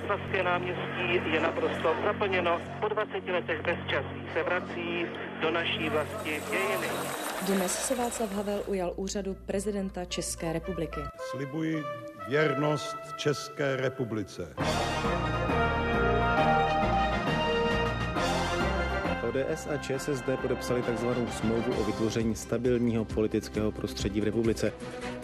Václavské náměstí je naprosto zaplněno. Po 20 letech bezčasí se vrací do naší vlasti dějiny. Dnes se Václav Havel ujal úřadu prezidenta České republiky. Slibuji věrnost České republice. ODS a ČSSD podepsali tzv. Smlouvu o vytvoření stabilního politického prostředí v republice.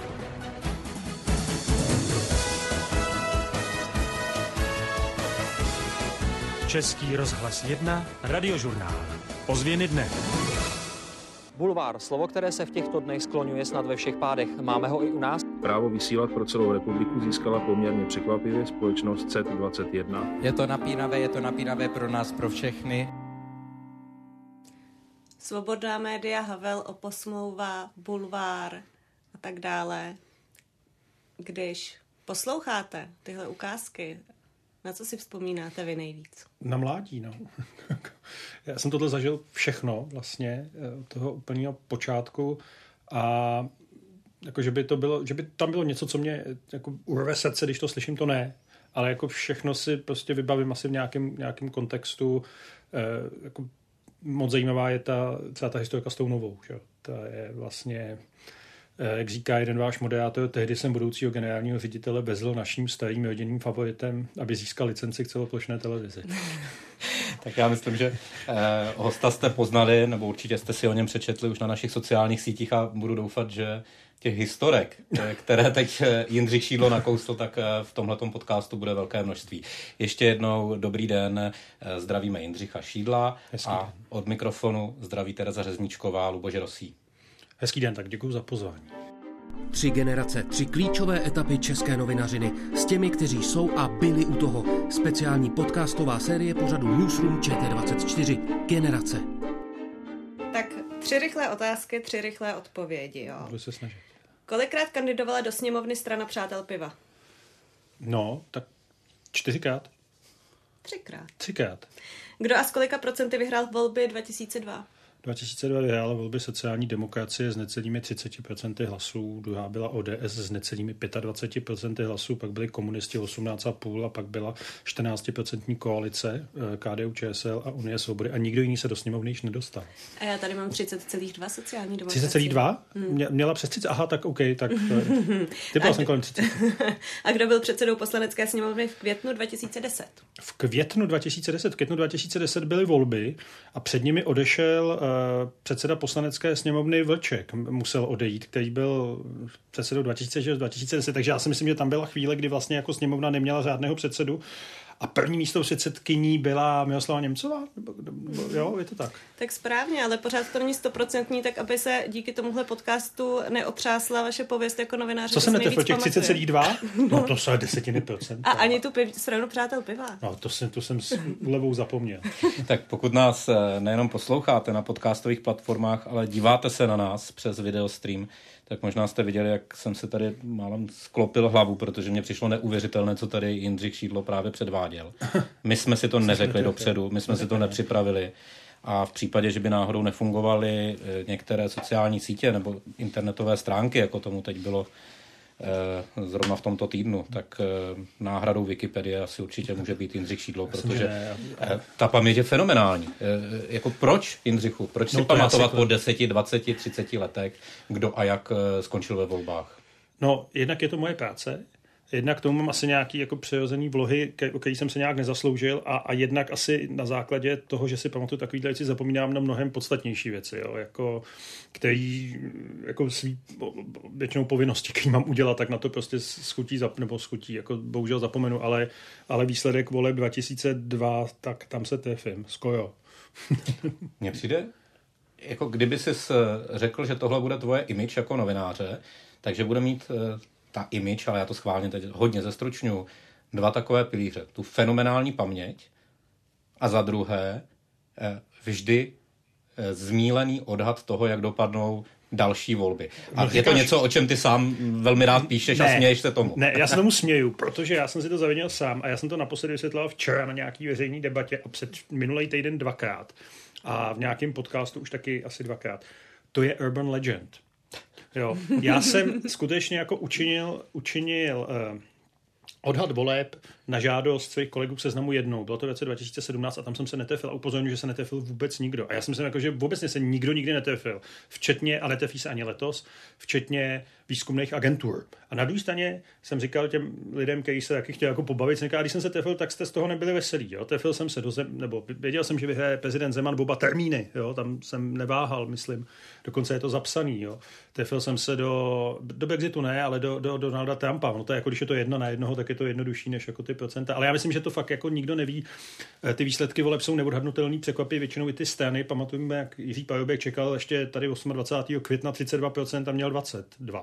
Český rozhlas 1, Radiožurnál. Ozvěny dne. Bulvár, slovo, které se v těchto dnech skloňuje snad ve všech pádech. Máme ho i u nás. Právo vysílat pro celou republiku získala poměrně překvapivě společnost CET21. Je to napínavé pro nás, pro všechny. Svobodná média, Havel, Oposmlouva, Bulvár a tak dále. Když posloucháte tyhle ukázky, na co si vzpomínáte vy nejvíc? Na mládí, no. Já jsem tohle zažil všechno vlastně, od toho úplného počátku a jako, že by tam bylo něco, co mě jako urve srdce, když to slyším, to ne. Ale jako všechno si prostě vybavím asi v nějakém kontextu. Jako moc zajímavá je celá ta historka s tou novou. Že? Ta je vlastně, jak říká jeden váš moderátor, tehdy jsem budoucího generálního ředitele vezl naším starým rodinným favoritem, aby získal licenci k celoplošné televizi. Tak já myslím, že hosta jste poznali, nebo určitě jste si o něm přečetli už na našich sociálních sítích a budu doufat, že těch historek, které teď Jindřich Šídlo nakousl, tak v tomhletom podcastu bude velké množství. Ještě jednou dobrý den, zdravíme Jindřicha Šídla. Hezký a den. od mikrofonu zdraví Tereza Řezníčková, Luboš Rosí. Hezký den, tak děkuji za pozvání. 3 generace, 3 klíčové etapy české novinařiny s těmi, kteří jsou a byli u toho. Speciální podcastová série pořadu Newsroom ČT24. Generace. Tak 3 rychlé otázky, 3 rychlé odpovědi, jo. Budu se snažit. Kolikrát kandidovala do sněmovny strana Přátel piva? No, tak 4krát. 3krát. 3krát. Kdo a s kolika procenty vyhrál volby 2002? 2002 vyhrála volby sociální demokracie s necelými 30% hlasů, druhá byla ODS s necelými 25% hlasů, pak byli komunisti 18,5% a pak byla 14% koalice KDU, ČSL a Unie svobody a nikdo jiný se do sněmovny již nedostal. A já tady mám 30,2 sociální demokracie. 30,2? Měla přes 30? Aha, tak OK, tak typala jsem kolem 30. A kdo byl předsedou poslanecké sněmovny v květnu 2010? V květnu 2010 byly volby a před nimi odešel předseda poslanecké sněmovny Vlček, musel odejít, který byl předsedou 2006-2010, takže já si myslím, že tam byla chvíle, kdy vlastně jako sněmovna neměla žádného předsedu a první místo předsedkyní byla Miroslava Němcová? Jo, je to tak. Tak správně, ale pořád to není 100%, tak aby se díky tomuhle podcastu neotřásla vaše pověst jako novináře. Co jsem netrefil, těch 30,2? No to jsou 10%. A ani tu stranu Přátel piva. No to jsem s úlevou zapomněl. Tak pokud nás nejenom posloucháte na podcastových platformách, ale díváte se na nás přes videostream, tak možná jste viděli, jak jsem se tady málem sklopil hlavu, protože mně přišlo neuvěřitelné, co tady Jindřich Šídlo právě předváděl. My jsme si to neřekli dopředu, my jsme si to nepřipravili. A v případě, že by náhodou nefungovaly některé sociální sítě nebo internetové stránky, jako tomu teď bylo zrovna v tomto týdnu, tak náhradou Wikipedie asi určitě může být Jindřich Šídlo, protože ta paměť je fenomenální. Jako proč, Jindřichu? Proč si pamatovat po 10, 20, 30 letech, kdo a jak skončil ve volbách? No, jednak je to moje práce, jednak k tomu mám asi nějaký jako přirozený vlohy, o který jsem se nějak nezasloužil a jednak asi na základě toho, že si pamatuju takovýhle věci, zapomínám na mnohem podstatnější věci, jo, jako, který jako svý většinou povinnosti, který mám udělat, tak na to prostě schutí, jako bohužel zapomenu, ale výsledek voleb 2002, tak tam se trefím, skoro. Mně přijde, jako kdyby jsi řekl, že tohle bude tvoje image jako novináře, takže bude mít ta image, ale já to schválně teď hodně zestručňuji, 2 takové pilíře. Tu fenomenální paměť a za druhé vždy zmílený odhad toho, jak dopadnou další volby. A je to něco, o čem ty sám velmi rád píšeš a směješ se tomu. Ne, já se tomu směju, protože já jsem si to zavěděl sám a já jsem to naposledy vysvětloval včera na nějaký veřejný debatě a před minulý týden 2krát. A v nějakém podcastu už taky asi 2krát. To je urban legend. Jo, já jsem skutečně jako učinil odhad voleb na žádost svých kolegů v Seznamu jednou. Bylo to v roce 2017 a tam jsem se netrefil a upozorňuji, že se netrefil vůbec nikdo. A já jsem si jako, že vůbec se nikdo nikdy netrefil. Včetně, a netrefí se ani letos, včetně výzkumných agentur. A na druhé straně jsem říkal těm lidem, kteří se taky chtěli jako pobavit, a když jsem se trefil, tak jste z toho nebyli veselí. Jo? Trefil jsem se nebo věděl jsem, že vyhraje prezident Zeman oba termíny. Jo? Tam jsem neváhal, myslím. Dokonce je to zapsaný. Jo? Trefil jsem se do Brexitu ne, ale do Donalda Trumpa. No to je jako, když je to 1:1, tak je to jednodušší než jako ty procenta. Ale já myslím, že to fakt jako nikdo neví. Ty výsledky voleb jsou neodhadnutelný, překvapí většinou i ty strany. Pamatujeme, jak Jiří Paroubek čekal ještě tady 28. května 32% a měl 22%.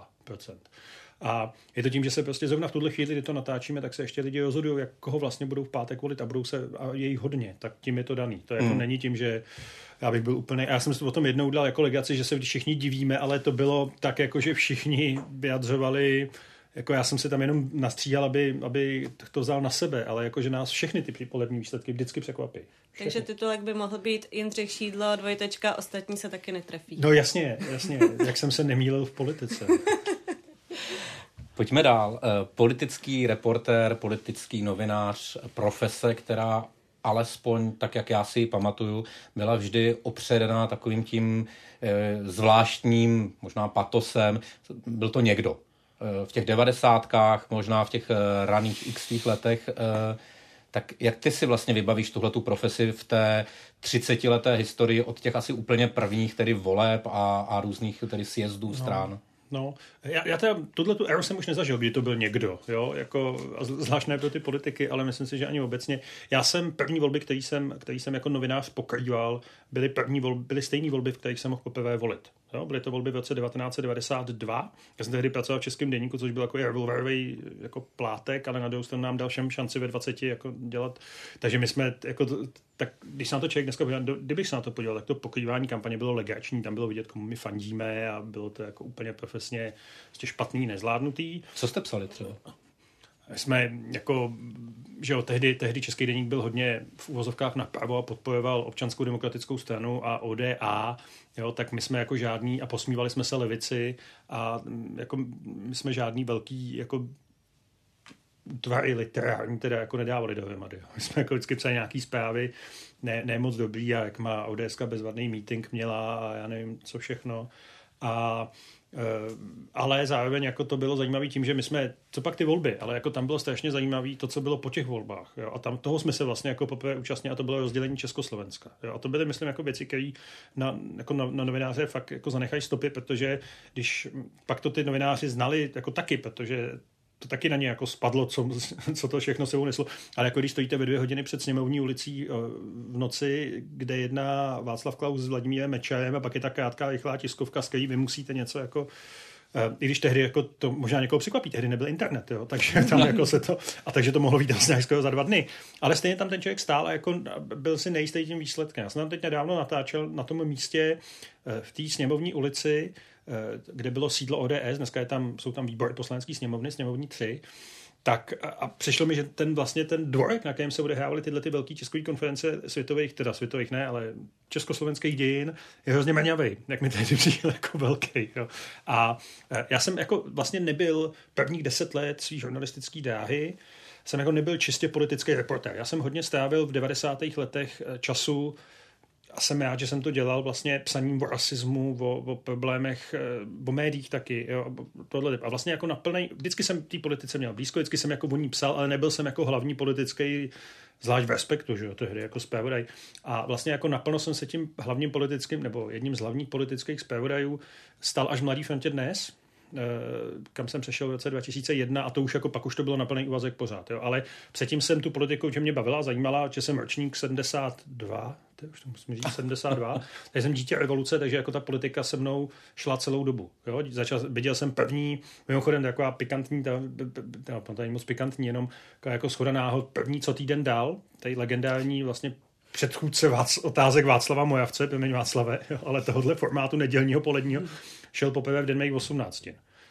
A je to tím, že se prostě zrovna v tuhle chvíli, kdy to natáčíme, tak se ještě lidi rozhodují, jak koho vlastně budou v pátek volit a je jich hodně, tak tím je to daný. To jako není tím, že já bych byl úplně, já jsem si o tom jednou udělal jako legraci, že se všichni divíme, ale to bylo tak jako, že všichni vyjadřovali, jako já jsem si tam jenom nastříhal, aby to vzal na sebe, ale jako, že nás všechny ty volební výsledky vždycky překvapí. Takže titulek by mohl být Jindřich Šídlo, ostatní se taky netrefí. No jasně, jak jsem se nemýlil v politice. Pojďme dál. Politický reportér, politický novinář, profese, která alespoň tak, jak já si ji pamatuju, byla vždy opředená takovým tím zvláštním, možná patosem. Byl to někdo. V těch 90kách, možná v těch raných x letech. Tak jak ty si vlastně vybavíš tuhletu profesi v té 30leté historii od těch asi úplně prvních tedy voleb a různých tedy sjezdů stran? No, já teda tuto éru jsem už nezažil, kdy to byl někdo, jo, jako zvlášť ne pro ty politiky, ale myslím si, že ani obecně. Já jsem první volby, který jsem jako novinář pokrýval, byly stejné volby, v kterých jsem mohl poprvé volit. Jo, byly to volby v roce 1992. Já jsem tehdy pracoval v Českém deníku, což byl jako revolverový jako plátek, ale na druhou stranu nám dal všem šanci ve 20 jako dělat. Takže my jsme jako tak když se na to člověk dneska podíval, kdybych se na to podíval, tak to pokrývání kampaně bylo legrační, tam bylo vidět, komu my fandíme a bylo to jako úplně profesně špatný, nezvládnutý. Co jste psali třeba? Jsme jako, že jo, tehdy Český deník byl hodně v uvozovkách napravo a podporoval Občanskou demokratickou stranu a ODA, jo, tak my jsme jako žádný a posmívali jsme se levici a jako my jsme žádný velký jako tvary literární teda jako nedávali dohromady. My jsme jako vždycky psali nějaký zprávy, ne moc dobrý, a jak má ODSka bezvadný meeting měla a já nevím co všechno. Ale zároveň jako to bylo zajímavé tím, že my jsme, co pak ty volby, ale jako tam bylo strašně zajímavé to, co bylo po těch volbách. Jo? A tam toho jsme se vlastně jako poprvé účastnili a to bylo rozdělení Československa. Jo? A to byly, myslím, jako věci, které na novináře fakt jako zanechají stopy, protože když pak to ty novináři znali jako taky, protože to taky na ně jako spadlo, co to všechno sebou neslo. Ale jako když stojíte ve 2 hodiny před Sněmovní ulicí v noci, kde jedná Václav Klaus s Vladimírem Mečiarem a pak je ta krátká rychlá tiskovka, s který vy musíte něco jako i když tehdy jako to možná někoho překvapí, tehdy nebyl internet, jo, takže tam jako se to, a takže to mohlo být vlastně skoro za 2 dny. Ale stejně tam ten člověk stál a jako byl si nejistý tím výsledkem. Já jsem tam teď nedávno natáčel na tom místě v té Sněmovní ulici, kde bylo sídlo ODS, dneska jsou tam výbory poslanecké sněmovní 3, tak a přišlo mi, že ten dvorek, na kterém se odehrávaly tyhle ty velké tiskové konference světových ne, ale československých dějin, je hrozně mrňavej, jak mi tehdy přišel jako velký. Jo. A já jsem jako vlastně nebyl prvních 10 let svý žurnalistický dráhy, jsem jako nebyl čistě politický reportér. Já jsem hodně strávil v 90. letech času a jsem rád, že jsem to dělal vlastně psaním o rasismu, o problémech, o médiích taky. Jo, tohle. A vlastně jako vždycky jsem té politice měl blízko, vždycky jsem jako o ní psal, ale nebyl jsem jako hlavní politický, zvlášť v Respektu, že jo, tehdy jako zpravodaj. A vlastně jako naplno jsem se tím hlavním politickým, nebo jedním z hlavních politických zpravodajů stal až Mladý frontě Dnes, kam jsem přešel v roce 2001 a to už jako pak už to bylo na plný úvazek pořád. Jo. Ale předtím jsem tu politiku, že mě bavila, zajímala, že jsem ročník 72, to už to musím říct 72, takže jsem dítě revoluce, takže jako ta politika se mnou šla celou dobu. Jo. Viděl jsem první, mimochodem taková pikantní, to není moc pikantní, jenom jako shoda náhod, první co týden dál, tady legendární vlastně předchůdce otázek Václava Moravce, promiň Václave, jo, ale tohohle formátu nedělního poledního šel poprvé v den mých 18.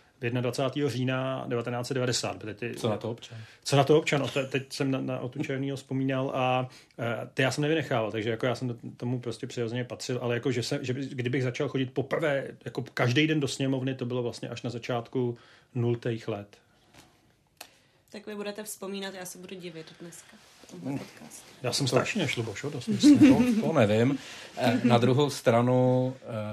21. října 1990. Co na to občan? Co na to občan? Teď jsem na Otu Černýho vzpomínal a ty já jsem nevynechával, takže jako já jsem tomu prostě přirozeně patřil, ale jako, že kdybych začal chodit poprvé jako každý den do sněmovny, to bylo vlastně až na začátku 0. let. Tak vy budete vzpomínat, já se budu divit dneska. Já jsem strašně nešluboš, to nevím. Na druhou stranu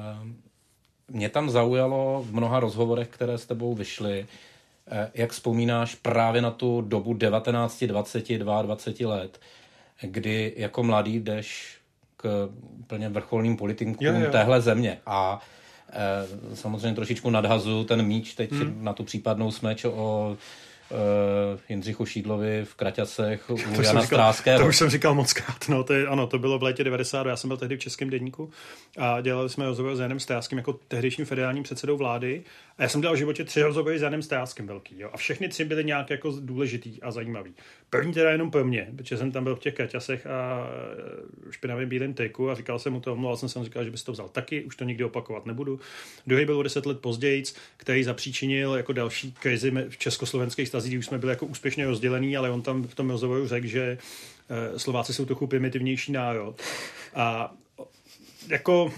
mě tam zaujalo v mnoha rozhovorech, které s tebou vyšly, jak vzpomínáš právě na tu dobu 19, 20, 22 let, kdy jako mladý jdeš k úplně vrcholným politikům téhle země a samozřejmě trošičku nadhazu ten míč teď na tu případnou smeč o Jindřichu Šídlovi v Kraťasech u Jana Stráského. To už jsem říkal mockrát. No, to bylo v létě 90. Já jsem byl tehdy v Českém deníku a dělali jsme rozhovor s Janem Stráským jako tehdejším federálním předsedou vlády. A já jsem dělal v životě 3 rozhovory s Janem Stráským velký. Jo? A všechny 3 byly nějak jako důležitý a zajímavý. První teda jenom pro mě, protože jsem tam byl v těch Kraťasech a špinavým bílém triku a říkal jsem mu to, omlouval jsem se, říkal, že bys to vzal taky, už to nikdy opakovat nebudu. Druhý byl o 10 let později, který zapříčinil jako další krizi v československých stazích, kdy už jsme byli jako úspěšně rozdělení, ale on tam v tom rozhovoru řekl, že Slováci jsou trochu primitivnější národ. A jako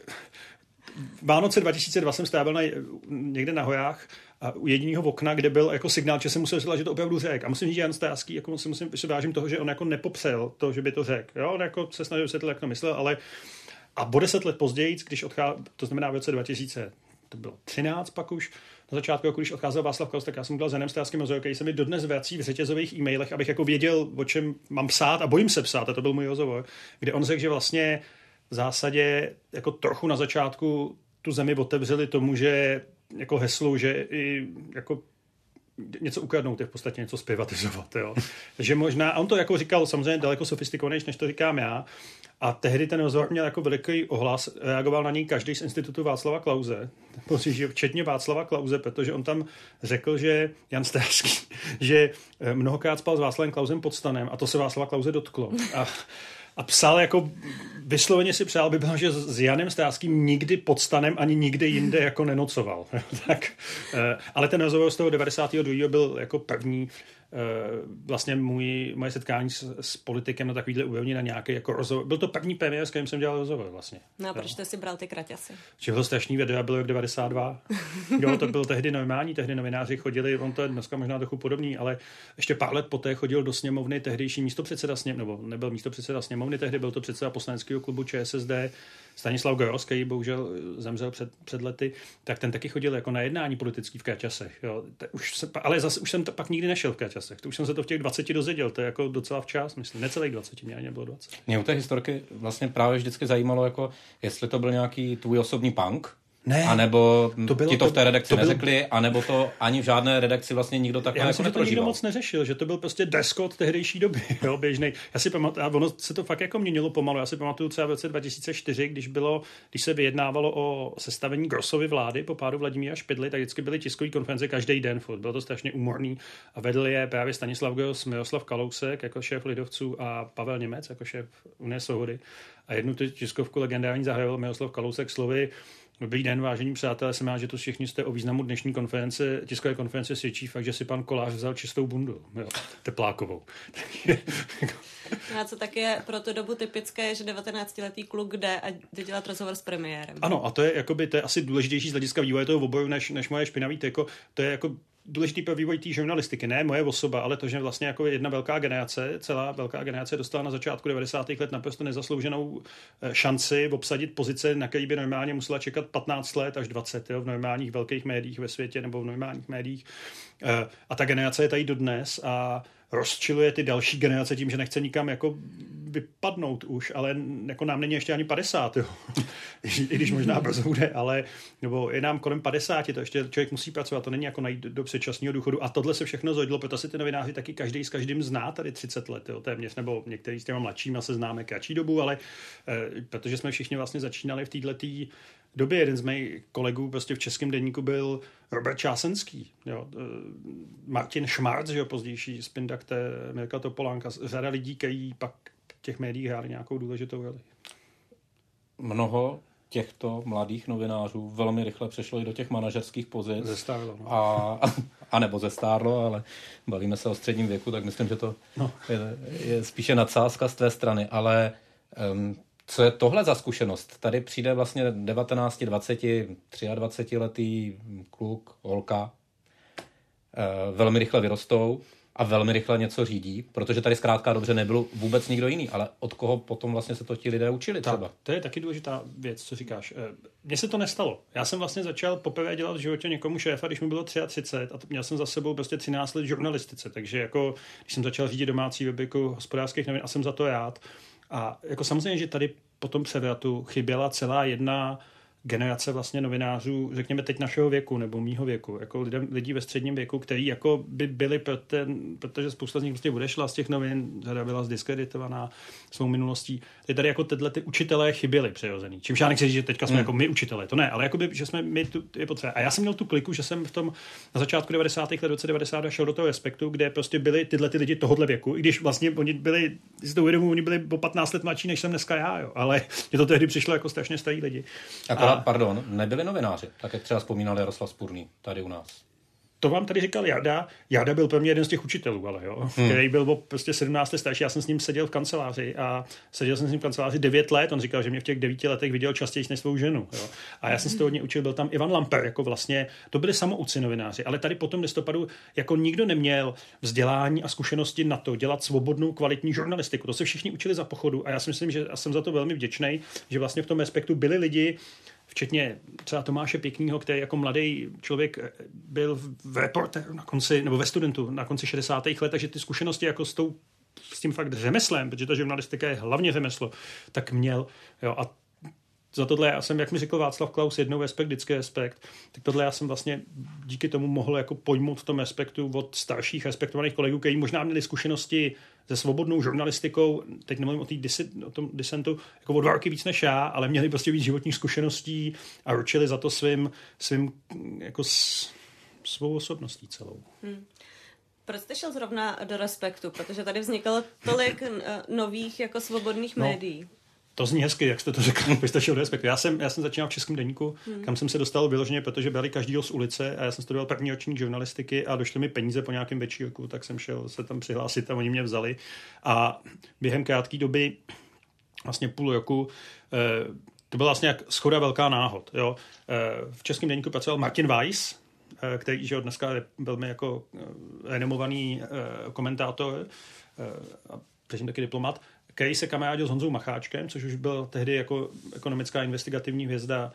Vánoce 2002 jsem strávil někde na horách a u jediného okna, kde byl jako signál, že jsem musel říct, že to opravdu řekl. A musím říct, že Jan Stráský, jako si vážím toho, že on jako nepopřel to, že by to řekl. Jo? On jako se snažil vysvětlit, jak to myslel, ale a o 10 let později, když odcházel, to znamená v roce 2000, to bylo 13 pak už, na začátku, když odcházel Václav Klaus, tak já jsem udělal s Janem Stráským rozhovor, který se mi dodnes vrací v řetězových e-mailech, abych jako věděl, o čem mám psát a bojím se psát, a to byl můj rozhovor, kde on řekl, že vlastně v zásadě jako trochu na začátku tu zemi otevřeli tomu, že jako heslu, že i jako něco ukradnout, je v podstatě něco zprivatizovat. Jo. Že možná, a on to jako říkal samozřejmě daleko sofistikovanější, než to říkám já, a tehdy ten rozhovor měl jako veliký ohlas, reagoval na něj každý z institutu Václava Klause, včetně Václava Klause, protože on tam řekl, že Jan Stráský, že mnohokrát spal s Václavem Klausem pod stanem a to se Václava Klause dotklo. A psal jako, vysloveně si přál by bylo, že s Janem Stráským nikdy pod stanem ani nikde jinde jako nenocoval. Tak, ale ten rozhovor z toho 92. byl jako první vlastně moje setkání s politikem na takovýhle úrovni na nějaký jako rozhovor. Byl to první premiér, s kterým jsem dělal rozhovor vlastně. No a proč jste si bral ty Kraťasy? Že bylo strašný video, bylo jak 92. Jo, to byl tehdy normální, tehdy novináři chodili, on to je dneska možná trochu podobný, ale ještě pár let poté chodil do sněmovny tehdejší místopředseda sněmovny, nebo nebyl místopředseda sněmovny, tehdy byl to předseda poslaneckého klubu ČSSD Stanislav Gross, který bohužel zemřel před lety, tak ten taky chodil jako na jednání politický v Kraťasech. Jo. Ale zase už jsem pak nikdy nešel v Kraťasech. To už jsem se to v těch 20 dozvěděl, to je jako docela včas, myslím, necelých 20, mě ani nebylo 20. Mě u té historky vlastně právě vždycky zajímalo, jako jestli to byl nějaký tvůj osobní punk, ne, anebo ti to v té redakci neřekli, anebo to ani v žádné redakci vlastně nikdo takhle já jako myslím, že to nikdo neprožíval. moc neřešil, že to byl prostě dress code tehdejší doby, jo, běžnej. Já si pamatuju, a ono se to fakt jako měnilo pomalu. Já si pamatuju třeba v roce 2004, když se vyjednávalo o sestavení Grossovy vlády po pádu Vladimíra Špidly, tak vždycky byly tiskové konference každý den, bylo to strašně úmorný a vedl je právě Stanislav Gross, Miroslav Kalousek jako šéf lidovců a Pavel Němec jako šéf Unie svobody. A jednu tiskovku legendární zahájil Miroslav Kalousek slovy: Dobrý den, vážení přátelé, jsem rád, že to všichni jste o významu dnešní tiskové konference svědčí fakt, že si pan Kolář vzal čistou bundu, jo, teplákovou. A co tak je pro tu dobu typické, že 19letý kluk jde a jde dělat rozhovor s premiérem. Ano, a to je asi důležitější z hlediska vývoje toho oboru, než moje špinavý triko. To je jako důležitý pro vývoj té žurnalistiky, ne moje osoba, ale to, že vlastně jako jedna celá velká generace dostala na začátku 90. let naprosto nezaslouženou šanci obsadit pozice, na který by normálně musela čekat 15 let až 20, jo, v normálních velkých médiích ve světě nebo v normálních médiích. A ta generace je tady dodnes a rozčiluje ty další generace tím, že nechce nikam jako vypadnout už, ale jako nám není ještě ani 50, jo. I když možná brzo bude, ale nebo je nám kolem 50, to ještě člověk musí pracovat, to není jako najít do předčasného důchodu a tohle se všechno zhodilo, protože si ty novináři taky každý s každým zná tady 30 let, jo, téměř, nebo některý s těma mladšíma se známe kratší dobu, ale protože jsme všichni vlastně začínali v této době. Jeden z mých kolegů prostě v Českém deníku byl Robert Čásenský, jo, Martin Šmarc, jo, pozdější spindakte Mirka Topolánka, řada lidí, kteří pak v těch médiích hráli nějakou důležitou roli. Mnoho těchto mladých novinářů velmi rychle přešlo i do těch manažerských pozic. Zestárlo. No. A nebo zestárlo, ale bavíme se o středním věku, tak myslím, že to je spíše nadsázka z tvé strany, ale co je tohle za zkušenost? Tady přijde vlastně 19, 20, 23 letý kluk, holka, velmi rychle vyrostou, a velmi rychle něco řídí, protože tady zkrátka dobře nebyl vůbec nikdo jiný, ale od koho potom vlastně se to ti lidé učili třeba? To je taky důležitá věc, co říkáš. Mně se to nestalo. Já jsem vlastně začal poprvé dělat v životě někomu šéfa, když mi bylo 33 a měl jsem za sebou prostě 13 let žurnalistice, takže jako když jsem začal řídit domácí rubriku Hospodářských novin a jsem za to rád. A jako samozřejmě, že tady po tom převratu chyběla celá jedna generace vlastně novinářů, řekněme teď našeho věku nebo mýho věku, jako lidí ve středním věku, kteří jako by byli protože spousta z nich prostě odešla z těch novin, řada byla zdiskreditovaná svou minulostí. Tady jako tyhle ty učitelé chyběli přirozený. Čímž já nechci říct, že teďka jsme jako my učitelé, to ne, ale jakoby, že jsme my tu je potřeba. A já jsem měl tu kliku, že jsem v tom na začátku 90. let, 90 šel do toho Respektu, kde prostě byli tyhle ty lidi tohohle věku, i když vlastně oni byli, si to uvědomuji, oni byli o 15 let mladší, než jsem dneska já, jo, ale mě to tehdy přišlo jako strašně starý lidi. Pardon, nebyli novináři, tak jak třeba vzpomínal Jaroslav Spurný tady u nás. To vám tady říkal Jarda. Jarda byl pro mě jeden z těch učitelů, ale jo, který byl prostě 17 let starší. Já jsem s ním seděl v kanceláři a seděl jsem s ním v kanceláři 9 let. On říkal, že mě v těch 9 letech viděl častěji než svou ženu. Jo. A já jsem se to hodně učil. Byl tam Ivan Lamper, jako vlastně, to byli samouci novináři, ale tady po tom listopadu jako nikdo neměl vzdělání a zkušenosti na to dělat svobodnou kvalitní žurnalistiku. To se všichni učili za pochodu a já si myslím, že jsem za to velmi vděčný, že vlastně v tom Respektu byli lidi, včetně třeba Tomáše Pěknýho, který jako mladý člověk byl v Reportéru na konci, nebo ve Studentu na konci 60. let, takže ty zkušenosti jako s tím fakt řemeslem, protože ta žurnalistika je hlavně řemeslo, tak měl. Jo, a za tohle já jsem, jak mi řekl Václav Klaus, jednou Respekt, vždycky Respekt, tak tohle já jsem vlastně díky tomu mohl jako pojmout v tom Respektu od starších respektovaných kolegů, kteří možná měli zkušenosti se svobodnou žurnalistikou, teď nemluvím o tom disentu, jako o 2 roky víc než já, ale měli prostě víc životních zkušeností a ručili za to svým jako svou osobností celou. Proč jste šel zrovna do Respektu? Protože tady vzniklo tolik nových jako svobodných médií. To zní hezky, jak jste to řekl, vy jste šel do Respektu. Já jsem začínal v Českém deníku, kam jsem se dostal vyloženě, protože brali každýho z ulice a já jsem studoval první ročník žurnalistiky a došly mi peníze po nějakém večírku, tak jsem šel se tam přihlásit a oni mě vzali. A během krátké doby, vlastně půl roku, to byla vlastně jak schoda velká náhod. Jo. V Českém deníku pracoval Martin Weiss, který že dneska je velmi jako renomovaný komentátor a předtím taky diplomat, který se kamarádil s Honzou Macháčkem, což už byl tehdy jako ekonomická investigativní hvězda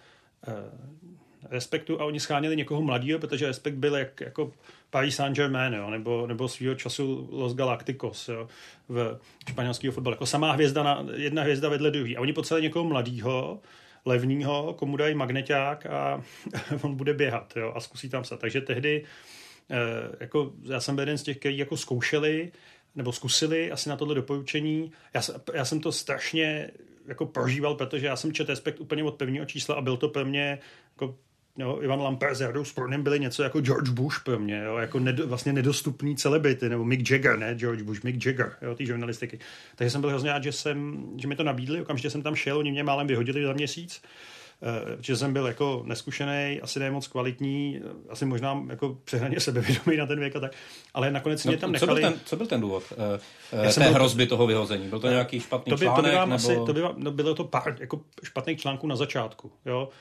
Respektu a oni scháněli někoho mladýho, protože Respekt byl jako Paris Saint-Germain, jo, nebo svýho času Los Galacticos, jo, v španělského fotbalu. Jako samá hvězda, jedna hvězda vedle druhý. A oni potřebovali někoho mladýho, levnýho, komu dají magneťák a on bude běhat, jo, a zkusí tam se. Takže tehdy jako já jsem byl jeden z těch, kteří jako zkoušeli nebo zkusili asi na tohle doporučení. Já jsem to strašně jako prožíval, protože já jsem četl Respekt úplně od prvního čísla a byl to pro mě jako Ivan Lamper s Jardou Spurnym byli něco jako George Bush pro mě, jo, jako vlastně nedostupný celebrity, nebo Mick Jagger, ne George Bush, Mick Jagger, jo, ty žurnalistiky. Takže jsem byl hrozně rád, že mi to nabídli, okamžitě jsem tam šel, oni mě málem vyhodili za měsíc, že jsem byl jako neskušený, asi ne moc kvalitní, asi možná jako přehnaně sebevědomý na ten věk a tak, ale nakonec mě tam nechali. Co byl ten důvod té hrozby toho vyhození? Byl to nějaký špatný článek? Bylo to pár jako špatných článků na začátku, jo.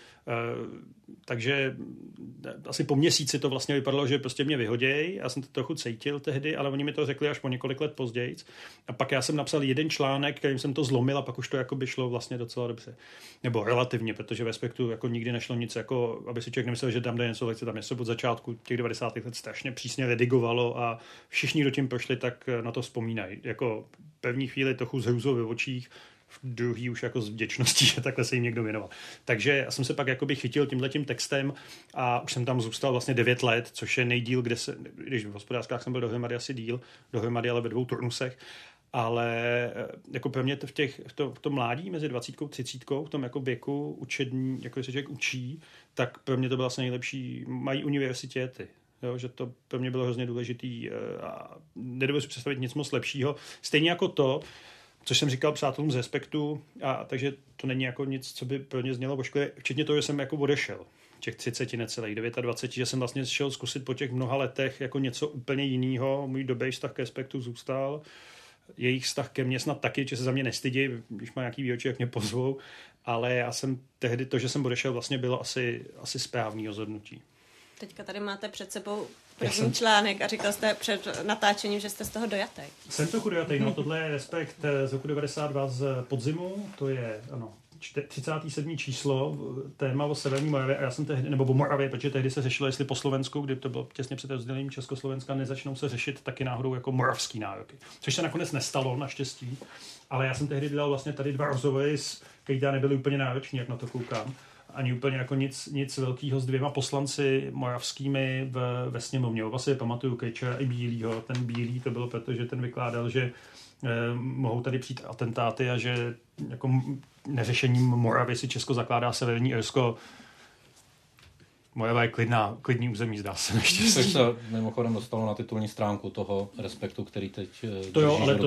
Takže asi po měsíci to vlastně vypadalo, že prostě mě vyhoděj. Já jsem to trochu cítil tehdy, ale oni mi to řekli až po několik let později. A pak já jsem napsal jeden článek, kterým jsem to zlomil a pak už to jako by šlo vlastně docela dobře. Nebo relativně, protože ve Respektu jako nikdy nešlo nic, jako aby si člověk nemyslel, že tam jde něco lekce, tam něco od začátku těch 90. let strašně přísně redigovalo a všichni, kdo tím prošli, tak na to vzpomínají. Jako první chvíli trochu s hrůzou ve očích, v druhý už jako s vděčností, že takhle se jim někdo věnoval. Takže já jsem se pak jakoby chytil tímhletím textem a už jsem tam zůstal vlastně 9 let, což je nejdíl, když v Hospodářkách jsem byl dohromady asi díl, dohromady ale ve 2 turnusech, ale jako pro mě v tom mládí mezi 20 a 30, v tom jako věku učení, jako se člověk učí, tak pro mě to bylo vlastně nejlepší, mají univerzity. Jo, že to pro mě bylo hrozně důležitý a nedovedu si představit nic moc lepšího. Stejně jako to, což jsem říkal přátelům z Respektu, a takže to není jako nic, co by pro ně znělo ošklivě, včetně toho, že jsem jako odešel. Těch 30 necelých, 29, že jsem vlastně šel zkusit po těch mnoha letech jako něco úplně jiného. Můj dobrý vztah k Respektu zůstal. Jejich vztah ke mně snad taky, že se za mě nestydí, když má nějaký výročí, jak mě pozvou. Ale já jsem tehdy to, že jsem odešel, vlastně bylo asi správný rozhodnutí. Teďka tady máte před sebou první článek a říkal jste před natáčením, že jste z toho dojatý. Jsem trochu dojatý, no tohle je Respekt z roku 92 z podzimu, to je, ano, 37. číslo, téma o Severní Moravě, a já jsem tehdy, nebo o Moravě, protože tehdy se řešilo, jestli po Slovensku, kdy to bylo těsně před rozdělením Československa, nezačnou se řešit taky náhodou jako moravský nároky. Což se nakonec nestalo, naštěstí, ale já jsem tehdy dělal vlastně tady 2 rozhovory, který nebyly úplně nároční, jak na to koukám. Ani úplně jako nic velkého s 2 poslanci moravskými ve sněmovně. Oba si pamatuju, Kejčera i Bílýho. Ten Bílý to bylo, protože ten vykládal, že mohou tady přijít atentáty a že jako neřešením Moravy si Česko zakládá Severní Irsko. Morava je klidný území, zdá se naštěstí. Tak se mimochodem dostalo na titulní stránku toho Respektu, který teď to jo, ale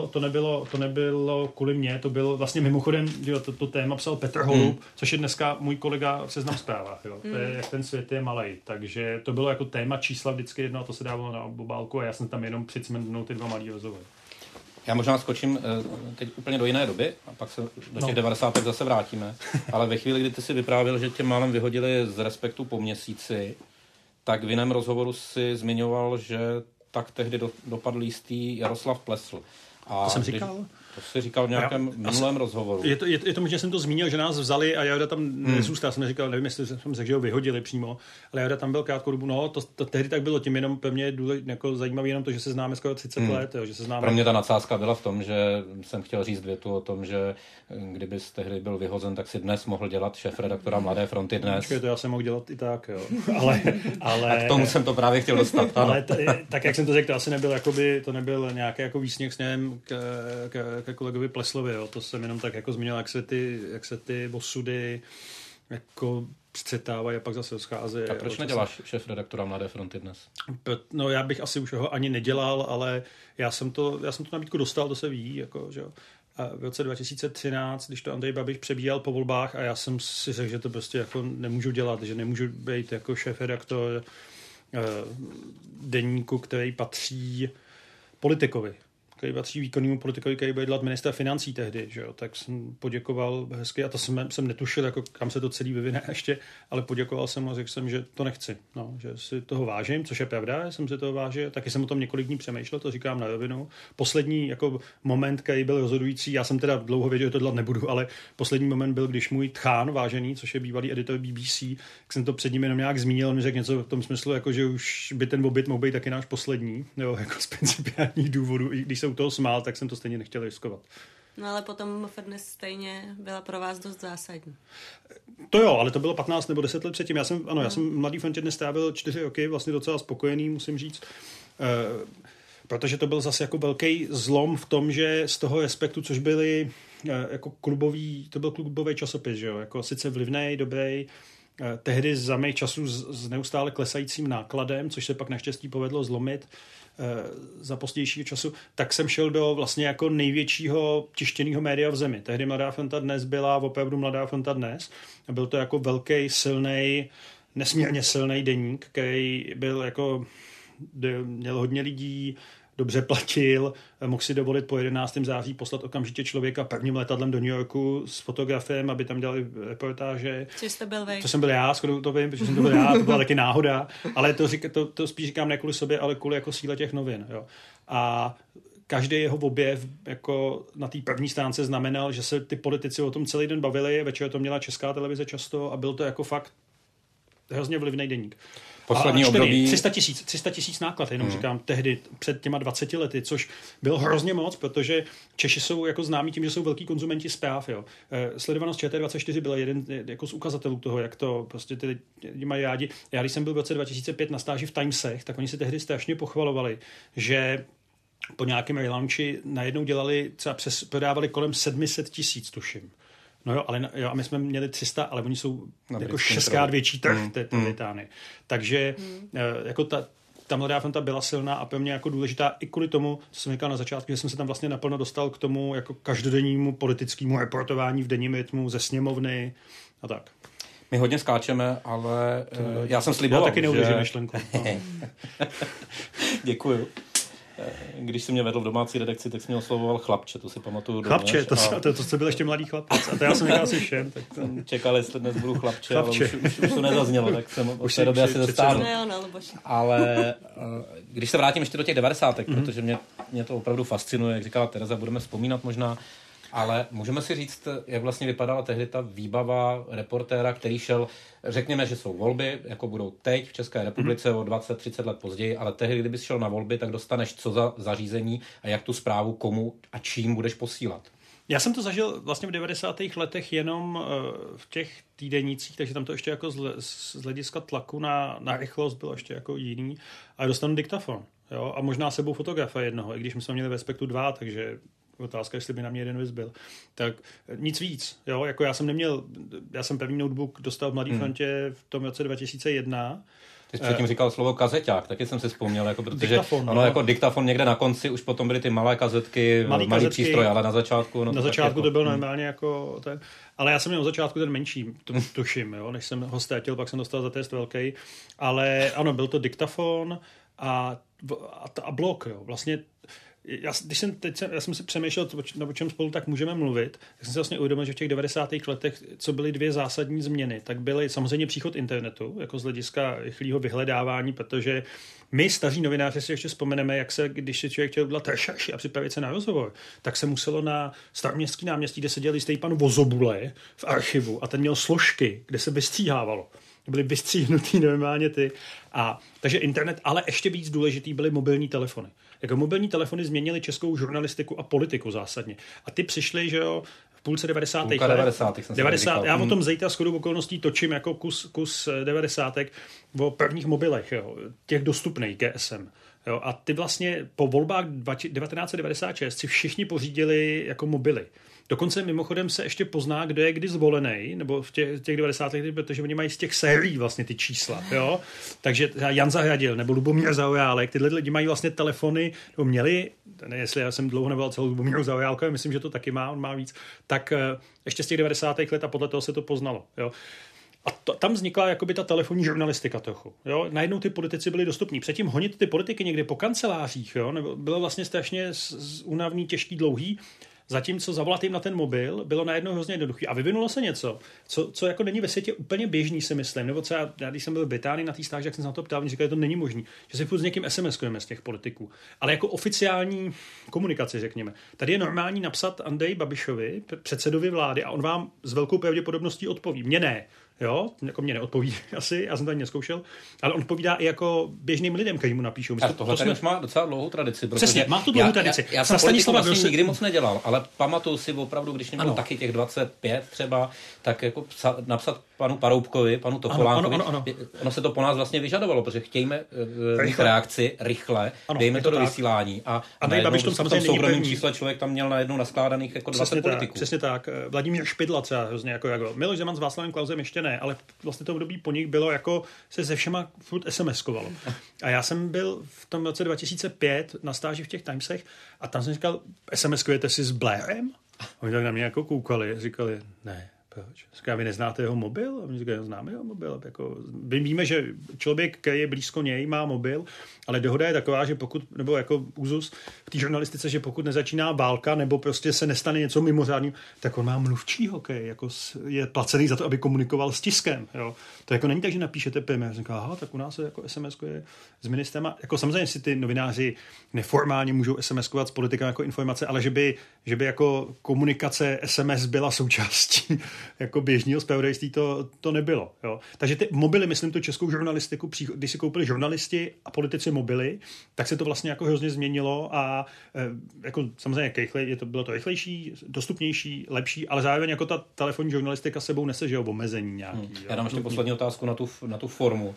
to nebylo kvůli mně, to bylo vlastně mimochodem, jo, to téma psal Petr Holub, což je dneska můj kolega v Seznam Zprávách, jo. To je, jak ten svět je malej, takže to bylo jako téma čísla vždycky jedno a to se dávalo na obálku a já jsem tam jenom přicmendnul ty 2 malý rozhovory. Já možná skočím teď úplně do jiné doby a pak se do těch 90. zase vrátíme. Ale ve chvíli, kdy ty si vyprávěl, že tě málem vyhodili z Respektu po měsíci, tak v jiném rozhovoru si zmiňoval, že tak tehdy dopadl jistý Jaroslav Plesl. A to jsem říkal? To jsi říkal v nějakém minulém rozhovoru. Je to, že jsem to zmínil, že nás vzali a Jarda tam nezůstal. Jsem neříkal, nevím, jestli jsem řekl, že ho vyhodili přímo, ale Jarda tam byl krátkou dobu. No, to tehdy tak bylo, tím jenom pro mě jako zajímavý jenom to, že se známe skoro 30 let. Jo, že se známe. Pro mě ta nadsázka byla v tom, že jsem chtěl říct větu o tom, že kdybys tehdy byl vyhozen, tak si dnes mohl dělat šéfredaktora Mladé fronty Dnes. Počkej, to já jsem mohl dělat i tak, jo. Ale a k tomu jsem to právě chtěl dostat. Ale tak, jak jsem to řekl, to asi nebyl, jakoby, to nebyl nějaký jako výsměch směrem ke kolegovi Pleslovi, jo. To jsem jenom tak jako zmínil, jak se ty osudy jako střetávají a pak zase scházejí. A proč neděláš šéfredaktora Mladé fronty Dnes? No já bych asi už ho ani nedělal, ale já jsem tu nabídku dostal, to se ví, jako, že jo. A v roce 2013, když to Andrej Babiš přebíjel po volbách a já jsem si řekl, že to prostě jako nemůžu dělat, že nemůžu být jako šéfredaktor deníku, který patří politikovi, který patří výkonnému politikovi, který bude dělat ministra financí tehdy, že jo? Tak jsem poděkoval hezky a to jsem netušil, jako kam se to celý vyvine ještě, ale poděkoval jsem a řekl jsem, že to nechci, no, že si toho vážím, což je pravda, jsem si toho vážil, taky jsem o tom několik dní přemýšlel, to říkám na rovinu. Poslední jako moment, který byl rozhodující, já jsem teda dlouho věděl, že to dělat nebudu, ale poslední moment byl, když můj tchán vážený, což je bývalý editor BBC, tak jsem to před ním jenom nějak zmínil, mi řekl něco v tom smyslu, jako že už by ten oběd mohl být taky náš poslední, jo, jako z principiálních důvodů, i když se u toho smál, tak jsem to stejně nechtěl riskovat. No ale potom Fitness stejně byla pro vás dost zásadní. To jo, ale to bylo 15 nebo 10 let předtím. Já jsem Mladý frontě Dnes strávil 4 roky, vlastně docela spokojený, musím říct. Protože to byl zase jako velký zlom v tom, že z toho Respektu, což byly jako to byl klubový časopis, že jo, jako sice vlivnej, dobrý, tehdy za mých časů s neustále klesajícím nákladem, což se pak naštěstí povedlo zlomit za pozdějšího času, tak jsem šel do vlastně jako největšího tištěného média v zemi. Tehdy Mladá fronta Dnes byla opravdu Mladá fronta Dnes. A byl to jako velký, silnej, nesmírně silný deník, který byl jako, měl hodně lidí, dobře platil, mohl si dovolit po 11. září poslat okamžitě člověka prvním letadlem do New Yorku s fotografem, aby tam dělali reportáže. To jsem byl já, skoro to vím, protože jsem to byl já, to byla taky náhoda, ale to spíš říkám ne kvůli sobě, ale kvůli jako síle těch novin. Jo. A každý jeho objev jako na té první stránce znamenal, že se ty politici o tom celý den bavili, večer to měla Česká televize často a byl to jako fakt hrozně vlivný deník. Poslední období 300 tisíc náklad, jenom říkám, tehdy před těma 20 lety, což bylo hrozně moc, protože Češi jsou jako známí tím, že jsou velký konzumenti zpráv. Jo. Sledovanost ČT24 byla jeden jako z ukazatelů toho, jak to prostě ty lidi mají rádi. Já když jsem byl v roce 2005 na stáži v Timesech, tak oni si tehdy strašně pochvalovali, že po nějakém relaunchi najednou prodávali kolem 700 tisíc, tuším. No jo, ale a my jsme měli 300, ale oni jsou jako 6krát větší trh té Británie. Takže jako ta Mladá fronta byla silná a pro mě jako důležitá i kvůli tomu, co jsem říkal na začátku, že jsem se tam vlastně naplno dostal k tomu jako každodennímu politickému reportování v denním rytmu ze sněmovny a tak. My hodně skáčeme, ale já jsem sliboval, já taky neudržím myšlenku. Děkuju. když jsi mě vedl v domácí redakci, tak jsi mě oslovoval chlapče, to si pamatuju. Chlapče, to jsi byl ještě mladý chlapec. A to já jsem říkal asi všem. Tak to... Čekal, jestli dnes budu chlapče. Ale už to nezaznělo, tak jsem od té doby asi dostal. Ale když se vrátím ještě do těch 90, protože mě to opravdu fascinuje, jak říkala Tereza, budeme vzpomínat možná, ale můžeme si říct, jak vlastně vypadala tehdy ta výbava reportéra, který šel, řekněme, že jsou volby, jako budou teď v České republice o 20-30 let později, ale tehdy, kdybys šel na volby, tak dostaneš co za zařízení a jak tu zprávu komu a čím budeš posílat. Já jsem to zažil vlastně v 90. letech jenom v těch týdenících, takže tam to ještě jako z hlediska tlaku na rychlost bylo ještě jako jiný. A dostanu diktafon, jo, a možná sebou fotografa jednoho, i když my jsme měli ve Spektru 2, takže otázka, jestli by na mě jeden vyzbyl. Tak nic víc, jo, jako já jsem první notebook dostal v Mladé frontě v tom roce 2001. Ty jsi předtím říkal slovo kazeťák, taky jsem si vzpomněl, jako, protože diktafon, ono jako diktafon někde na konci, už potom byly ty malé kazetky, malý přístroj, ale na začátku... No, na začátku to byl normálně jako ten, ale já jsem měl na začátku ten menší, tuším, jo, než jsem ho ztratil, pak jsem dostal za test velký, ale ano, byl to diktafon a blok, jo, vlastně já jsem si přemýšlel, o čem spolu tak můžeme mluvit, tak jsem si vlastně uvědomil, že v těch 90. letech, co byly dvě zásadní změny, tak byly samozřejmě příchod internetu, jako z hlediska rychlého vyhledávání, protože my, staří novináři, si ještě vzpomeneme, jak se, když si člověk chtěl udělat rešerši a připravit se na rozhovor, tak se muselo na Staroměstský náměstí, kde seděl jistý pan Vozobule v archivu a ten měl složky, kde se vystříhávalo. Byly vystříhnutý normálně ty. Takže internet, ale ještě víc důležitý byly mobilní telefony. Jako mobilní telefony změnily českou žurnalistiku a politiku zásadně. A ty přišly, že jo, v půlce 90. let. 90. Já o tom zítra shodou okolností točím jako kus 90. o prvních mobilech, jo, těch dostupných GSM. Jo, a ty vlastně po volbách 1996 si všichni pořídili jako mobily. Dokonce mimochodem se ještě pozná, kdo je kdy zvolený, nebo v těch 90. letech, protože oni mají z těch sérií vlastně ty čísla, jo. Takže Jan Zahradil nebo Lubomír Zaujálek, tyhle lidi mají vlastně telefony, nebo měli, ne, jestli já jsem dlouho nevolal celou Lubomíru Zaujálka, myslím, že to taky má, on má víc, tak ještě z těch 90. let a podle toho se to poznalo, jo. A tam vznikla jakoby ta telefonní žurnalistika trochu. Jo? Najednou ty politici byli dostupní. Předtím honit ty politiky někde po kancelářích, jo? Nebo bylo vlastně strašně únavný, těžký, dlouhý. Zatímco zavolat jim na ten mobil bylo najednou hrozně jednoduchý. A vyvinulo se něco, co jako není ve světě úplně běžný, si myslím. Nebo třeba, já když jsem byl v Británii na té stáži, jak jsem se na to ptal, oni říkali, že to není možný, že si furt s někým SMS-kujeme z těch politiků. Ale jako oficiální komunikaci, řekněme. Tady je normální napsat Andreji Babišovi, předsedovi vlády, a on vám s velkou pravděpodobností odpoví. Mně ne. Jo, jako mě neodpoví asi, já jsem to ani neskoušel, ale on odpovídá i jako běžným lidem, kteří mu napíšou. Tohle tady už má docela dlouhou tradici. Přesně, má tu dlouhou tradici. Já jsem politiku vlastně nikdy moc nedělal, ale pamatuju si opravdu, když mě bylo taky těch 25 třeba, tak jako napsat panu Paroubkovi, panu Topolánkovi. Ono se to po nás vlastně vyžadovalo, protože chtějme mít reakci rychle, dejme to do vysílání. A najednou v tom soukromém čísle člověk tam měl najednou naskládaných jako 20 politiků. Přesně tak. Vladimír Špidla třeba hrozně jako Miloš Zeman s Václavem Klausem ještě ne, ale vlastně to období po nich bylo jako se všema furt SMS-kovalo. A já jsem byl v tom roce 2005 na stáži v těch Timesech a tam jsem říkal, SMS-kujete si s Blairem? A oni tak na mě jako koukali, říkali, ne. Proč? Říká, vy neznáte jeho mobil? A my říkají, známe jeho mobil. Jako, víme, že člověk, který je blízko něj, má mobil, ale dohoda je taková, že pokud, nebo jako úzus v té žurnalistice, že pokud nezačíná válka, nebo prostě se nestane něco mimořádného, tak on má mluvčího, který jako je placený za to, aby komunikoval s tiskem. Jo. To jako není tak, že napíšete PM. Říká, aha, tak u nás se jako SMS-kuje s ministrem. Jako samozřejmě si ty novináři neformálně můžou SMS-kovat s politikem jako informace, ale že by jako komunikace SMS byla součástí jako běžného zpravodajství, to nebylo. Jo. Takže ty mobily, myslím, tu českou žurnalistiku, když si koupili žurnalisti a politici mobily, tak se to vlastně jako hrozně změnilo a jako samozřejmě bylo to rychlejší, dostupnější, lepší, ale zároveň jako ta telefonní žurnalistika sebou nese, že omezení nějaký. Já dám ještě poslední otázku na tu formu.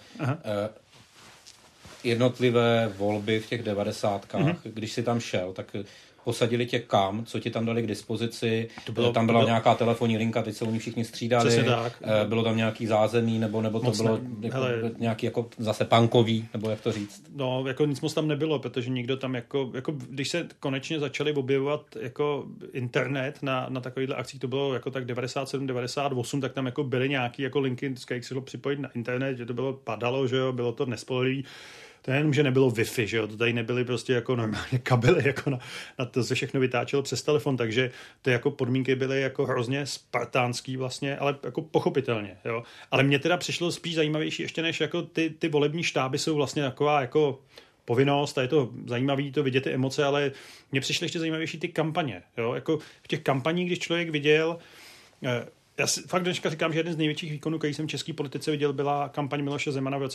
Jednotlivé volby v těch 90kách, když si tam šel, tak posadili tě kam, co ti tam dali k dispozici, tam byla nějaká telefonní linka, teď se oni všichni střídali, bylo tam nějaký zázemí, nebo to bylo jako, nějaký jako zase punkový, nebo jak to říct? No, jako nic moc tam nebylo, protože nikdo tam jako když se konečně začali objevovat jako internet na takovýchhle akcích, to bylo jako tak 97, 98, tak tam jako byly nějaký jako linky, z kterých se šlo připojit na internet, že to padalo, že jo, bylo to nespolehlivý. to nejenom, že nebylo Wi-Fi, že jo, to tady nebyly prostě jako normálně kabely, jako na to se všechno vytáčelo přes telefon, takže ty jako podmínky byly jako hrozně spartánský vlastně, ale jako pochopitelně, jo. Ale mně teda přišlo spíš zajímavější ještě než jako ty volební štáby jsou vlastně taková jako povinnost a je to zajímavý to vidět ty emoce, ale mně přišly ještě zajímavější ty kampaně, jo, jako v těch kampaních, když člověk viděl. Já si fakt dneška říkám, že jeden z největších výkonů, který jsem v české politice viděl, byla kampaň Miloše Zemana v roce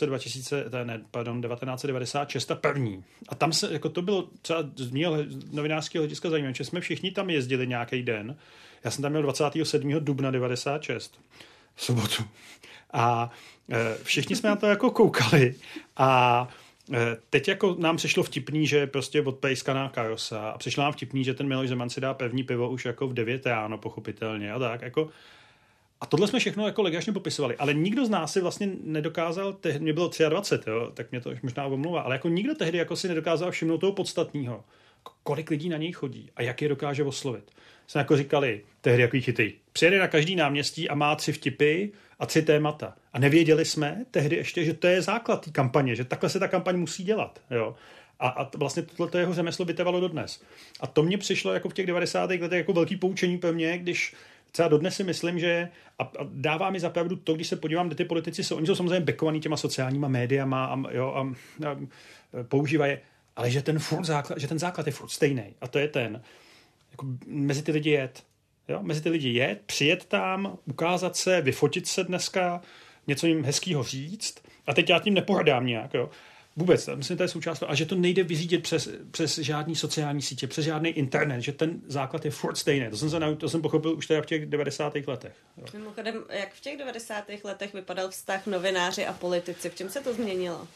1996, ta první. A tam se, jako to bylo třeba z mého novinářského hlediska zajímavé, že jsme všichni tam jezdili nějaký den. Já jsem tam měl 27. dubna 96, v sobotu. A všichni jsme na to jako koukali a teď jako nám přišlo vtipný, že prostě odpejskaná karosa a přišlo nám vtipný, že ten Miloš Zeman si dá pevný pivo už jako v 9 ráno, pochopitelně a tak jako. A tohle jsme všechno jako legračně popisovali, ale nikdo z nás si vlastně nedokázal, mě bylo 23, jo, tak mě to možná omlouvá, ale jako nikdo tehdy jako si nedokázal všimnout toho podstatného, kolik lidí na něj chodí a jak je dokáže oslovit. Jsme jako říkali tehdy jaký chytej. Přijede na každý náměstí a má 3 vtipy a 3 témata. A nevěděli jsme tehdy ještě, že to je základ té kampaně, že takhle se ta kampaň musí dělat. Jo. A vlastně tohle jeho řemeslo vytrvalo dodnes. A to mně přišlo jako v těch 90. letech jako velký poučení pro mě, když třeba dodnes si myslím, že a dává mi zapravdu to, když se podívám, kde ty politici jsou. Oni jsou samozřejmě backovaní těma sociálníma médiama a používají, ale že ten základ je furt stejný. A to je ten, jako mezi ty lidi jet. Jo? Mezi ty lidi jet, přijet tam, ukázat se, vyfotit se dneska, něco jim hezkýho říct. A teď já tím nepohrdám nějak, jo. Vůbec, myslím, to je součást toho. A že to nejde vyřídit přes žádný sociální sítě, přes žádný internet, že ten základ je furt stejný. To jsem pochopil už teda v těch 90. letech. Jo. Mimochodem, jak v těch 90. letech vypadal vztah novináři a politici? V čem se to změnilo?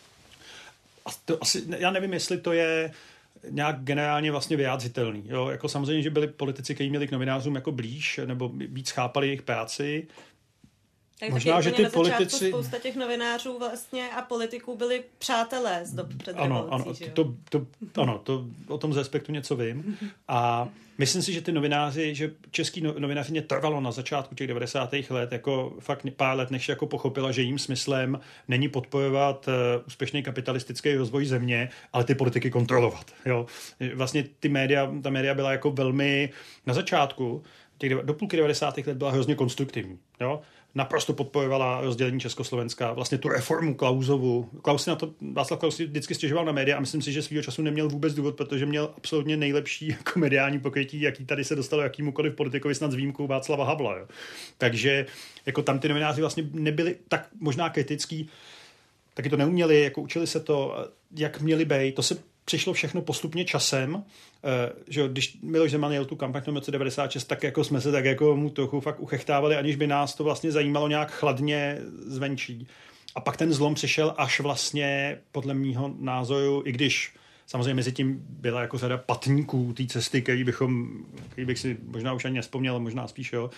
Já nevím, jestli to je nějak generálně vlastně vyjádřitelný. Jo? Jako samozřejmě, že byli politici, kteří měli k novinářům jako blíž, nebo víc chápali jejich práci. Tak možná, že ty politici... Spousta těch novinářů vlastně a politiků byli přátelé z dob před revolucí. Ano, to o tom z respektu něco vím. A myslím si, že ty novináři, že český novináři mě trvalo na začátku těch 90. let, jako fakt pár let, než jako pochopila, že jím smyslem není podporovat úspěšný kapitalistický rozvoj země, ale ty politiky kontrolovat. Jo? Vlastně ta média byla jako velmi na začátku, do půlky 90. let byla hrozně konstruktivní. Jo? Naprosto podporovala rozdělení Československa, vlastně tu reformu Klausovu. Václav Klaus vždycky stěžoval na média a myslím si, že svýho času neměl vůbec důvod, protože měl absolutně nejlepší jako mediální pokrytí, jaký tady se dostalo jakýmukoliv politikovi, snad s výjimkou Václava Havla. Jo. Takže jako tam ty novináři vlastně nebyli tak možná kritický, taky to neuměli, jako učili se to, jak měli být. To se přišlo všechno postupně časem, že když Miloš Zeman jel tu kampaň v roce 96, tak jako jsme se tak jako mu trochu fakt uchechtávali, aniž by nás to vlastně zajímalo nějak chladně zvenčí. A pak ten zlom přišel až vlastně podle mýho názoru, i když samozřejmě mezi tím byla jako řada patníků té cesty, který bych si možná už ani nevzpomněl, možná spíš, jo,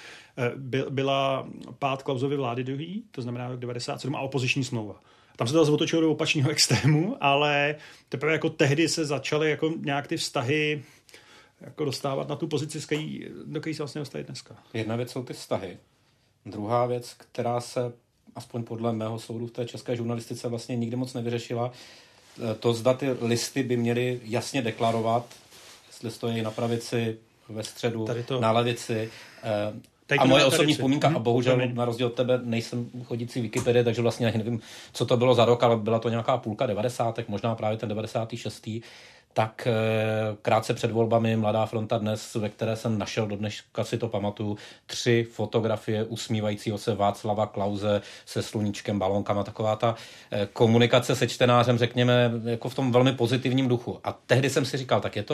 byla pád Klausovy vlády druhý, to znamená rok 97 a opoziční smlouva. Tam se to zase otočilo do opačného extrému, ale teprve jako tehdy se začaly jako nějak ty vztahy jako dostávat na tu pozici, do které se vlastně dostali dneska. Jedna věc jsou ty vztahy. Druhá věc, která se aspoň podle mého soudu v té české žurnalistice vlastně nikdy moc nevyřešila, to zda ty listy by měly jasně deklarovat, jestli stojí na pravici, ve středu, na levici. A moje osobní vzpomínka, a bohužel na rozdíl od tebe nejsem chodící Wikipedie, takže vlastně nevím, co to bylo za rok, ale byla to nějaká půlka 90. možná právě ten 96. Tak krátce před volbami Mladá fronta Dnes, ve které jsem našel, do dneška si to pamatuju, 3 fotografie usmívajícího se Václava Klause se sluníčkem, balónkama, taková ta komunikace se čtenářem, řekněme, jako v tom velmi pozitivním duchu. A tehdy jsem si říkal, tak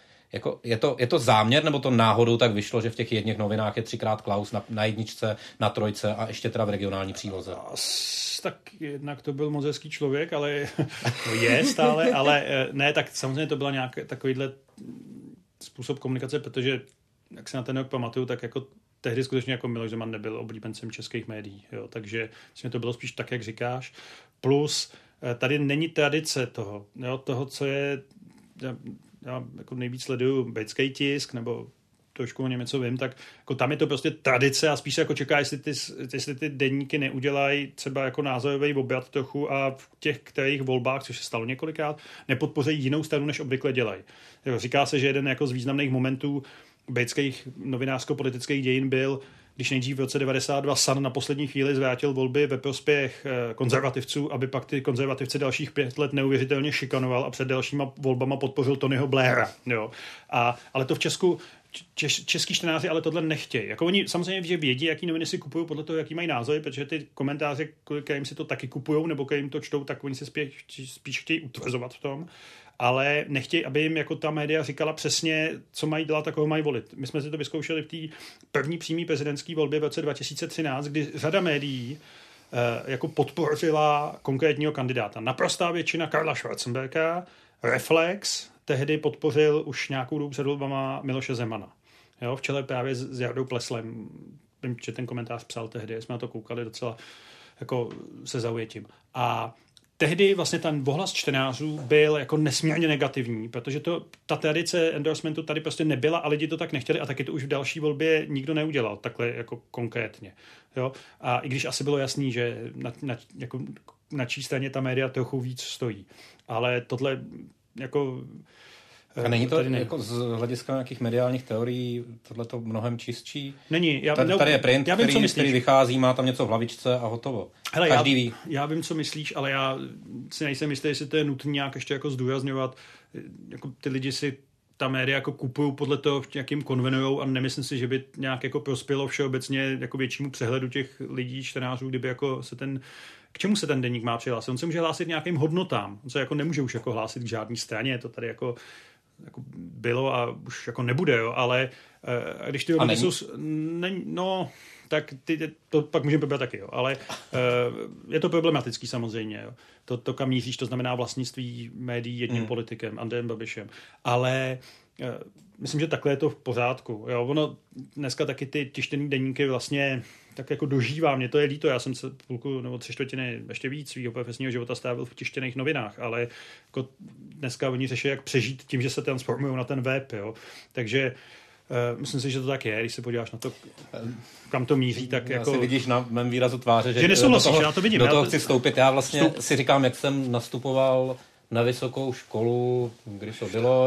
je to záměr, nebo to náhodou tak vyšlo, že v těch jedných novinách je 3krát Klaus na jedničce, na trojce a ještě teda v regionální příloze? Tak jednak to byl moc hezký člověk, ale je stále, ale ne, tak samozřejmě to byla nějaký takovýhle způsob komunikace, protože jak se na ten rok pamatuju, tak jako tehdy skutečně jako Miloš Zeman nebyl oblíbencem českých médií, jo, takže to bylo spíš tak, jak říkáš. Plus tady není tradice toho, co je... Já jako nejvíc sleduju britský tisk nebo trošku o něm něco vím, tak jako tam je to prostě tradice a spíš se jako čeká, jestli ty deníky neudělají třeba jako názorový obrat trochu a v těch kterých volbách, což se stalo několikrát, nepodpoří jinou stranu, než obvykle dělají. Říká se, že jeden jako z významných momentů britských novinářsko-politických dějin byl, když nejdřív v roce 92 Sun na poslední chvíli zvrátil volby ve prospěch konzervativců, aby pak ty konzervativci dalších 5 let neuvěřitelně šikanoval a před dalšíma volbama podpořil Tonyho Blaira. Jo. Ale to v Česku český čtenáři ale tohle nechtějí. Jako oni samozřejmě že vědí, jaký noviny si kupují podle toho, jaký mají názory, protože ty komentáře, kterým si to taky kupují nebo kterým to čtou, tak oni se spíš chtějí utvrzovat v tom. Ale nechtějí, aby jim jako ta média říkala přesně, co mají dělat a koho mají volit. My jsme si to vyzkoušeli v té první přímé prezidentské volbě v roce 2013, kdy řada médií jako podpořila konkrétního kandidáta. Naprostá většina Karla Schwarzenberga, Reflex tehdy podpořil už nějakou dobu před volbama Miloše Zemana. Jo, v čele právě s Jardou Pleslem. Vím, že ten komentář psal tehdy, jsme na to koukali docela jako se zaujetím. A tehdy vlastně ten ohlas čtenářů byl jako nesmírně negativní, protože ta tradice endorsementu tady prostě nebyla a lidi to tak nechtěli a taky to už v další volbě nikdo neudělal takhle jako konkrétně. Jo? A i když asi bylo jasný, že na čí straně ta média trochu víc stojí. Ale tohle jako... A není to jako z hlediska nějakých mediálních teorií tohleto mnohem čistší? Není. Tady je print, který vychází, má tam něco v hlavičce a hotovo. Hele, každý ví. Já vím, co myslíš, ale já si nejsem jistý, jestli to je nutné nějak ještě jako zdůrazňovat. Jako ty lidi si ta média jako kupují podle toho, jakým konvenujou a nemyslím si, že by nějak jako prospělo všeobecně jako většímu přehledu těch lidí, čtenářů, kdyby jako se k čemu se ten deník má přihlásit? On se může hlásit nějakým hodnotám. On se jako nemůže už jako hlásit k žádný straně, to tady jako bylo a už jako nebude, jo, ale když ty hodnoty jsou... No, tak to pak můžeme probrat taky, jo, ale je to problematický samozřejmě, jo. To kam míříš, to znamená vlastnictví médií jedním politikem, Andrejem Babišem, ale myslím, že takhle je to v pořádku, jo. Ono dneska taky ty tištěný deníky vlastně tak jako dožívá, mě to je líto, já jsem se půlku nebo 3/4 ještě víc svýho profesního života strávil v tištěných novinách, ale jako dneska oni řeší, jak přežít tím, že se transformují na ten web, jo. Takže myslím si, že to tak je, když se podíváš na to, kam to míří, tak já jako... si vidíš na mém výrazu tváře, že nesouhlasíš, já to vidím. Do toho chci vstoupit, já vlastně si říkám, jak jsem nastupoval na vysokou školu, když to bylo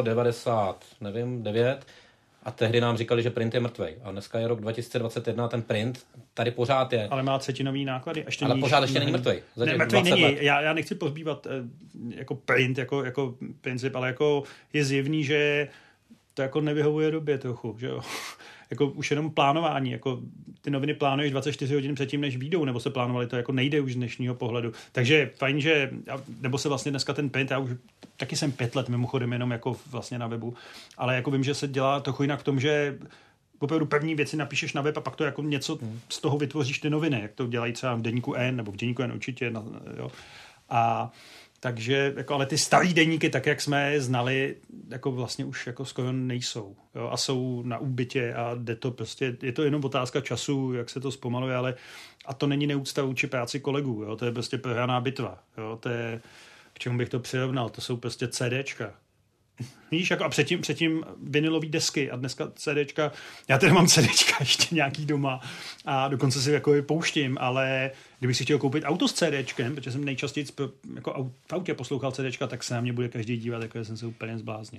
99, a tehdy nám říkali, že print je mrtvej. A dneska je rok 2021 a ten print tady pořád je. Ale má třetinový náklady. Ještě ale pořád ještě není mrtvej. Ne, mrtvej není. Já nechci pozbývat jako print, jako princip, ale jako je zjevný, že to jako nevyhovuje době trochu, že jo. Jako už jenom plánování, jako ty noviny plánuješ 24 hodin předtím, než vyjdou, nebo se plánovali, to jako nejde už z dnešního pohledu. Takže fajn, že, nebo se vlastně dneska ten print, já už taky jsem 5 let mimochodem jenom jako vlastně na webu, ale jako vím, že se dělá trochu jinak v tom, že opravdu první věci napíšeš na web a pak to jako něco z toho vytvoříš ty noviny, jak to dělají třeba v Deníku N, nebo v Deníku N určitě, jo. A takže, jako, ale ty starý deníky, tak jak jsme je znali, jako vlastně už jako skoro nejsou. Jo? A jsou na úbytě a jde to prostě, je to jenom otázka času, jak se to zpomaluje, ale a to není neúcta vůči práci kolegů, jo? To je prostě prohraná bitva. Jo? To je, k čemu bych to přirovnal, to jsou prostě CDčka. Víš, jako a předtím vinylový desky a dneska CDčka, já teda mám CDčka ještě nějaký doma a dokonce si jako je pouštím, ale kdybych si chtěl koupit auto s CDčkem, protože jsem nejčastěji jako v autě poslouchal CDčka, tak se na mě bude každý dívat, jako jsem se úplně zbláznil.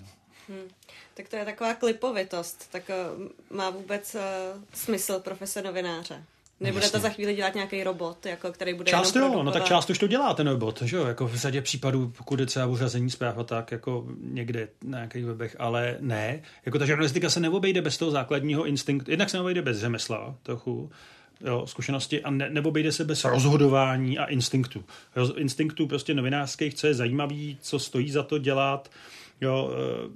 Tak to je taková klipovitost, tak má vůbec smysl profese novináře? Nebude to za chvíli dělat nějaký robot, jako, který bude část jenom produkovat? No tak část už to dělá ten robot, že jo? Jako v řadě případů, pokud je třeba uřazení zpráv a tak, jako někde na nějakých webech, ale ne. Jako ta žurnalistika se neobejde bez toho základního instinktu, jednak se neobejde bez řemesla trochu, jo, zkušenosti a neobejde se bez rozhodování a instinktu. Instinktu prostě novinářských, co je zajímavý, co stojí za to dělat, jo,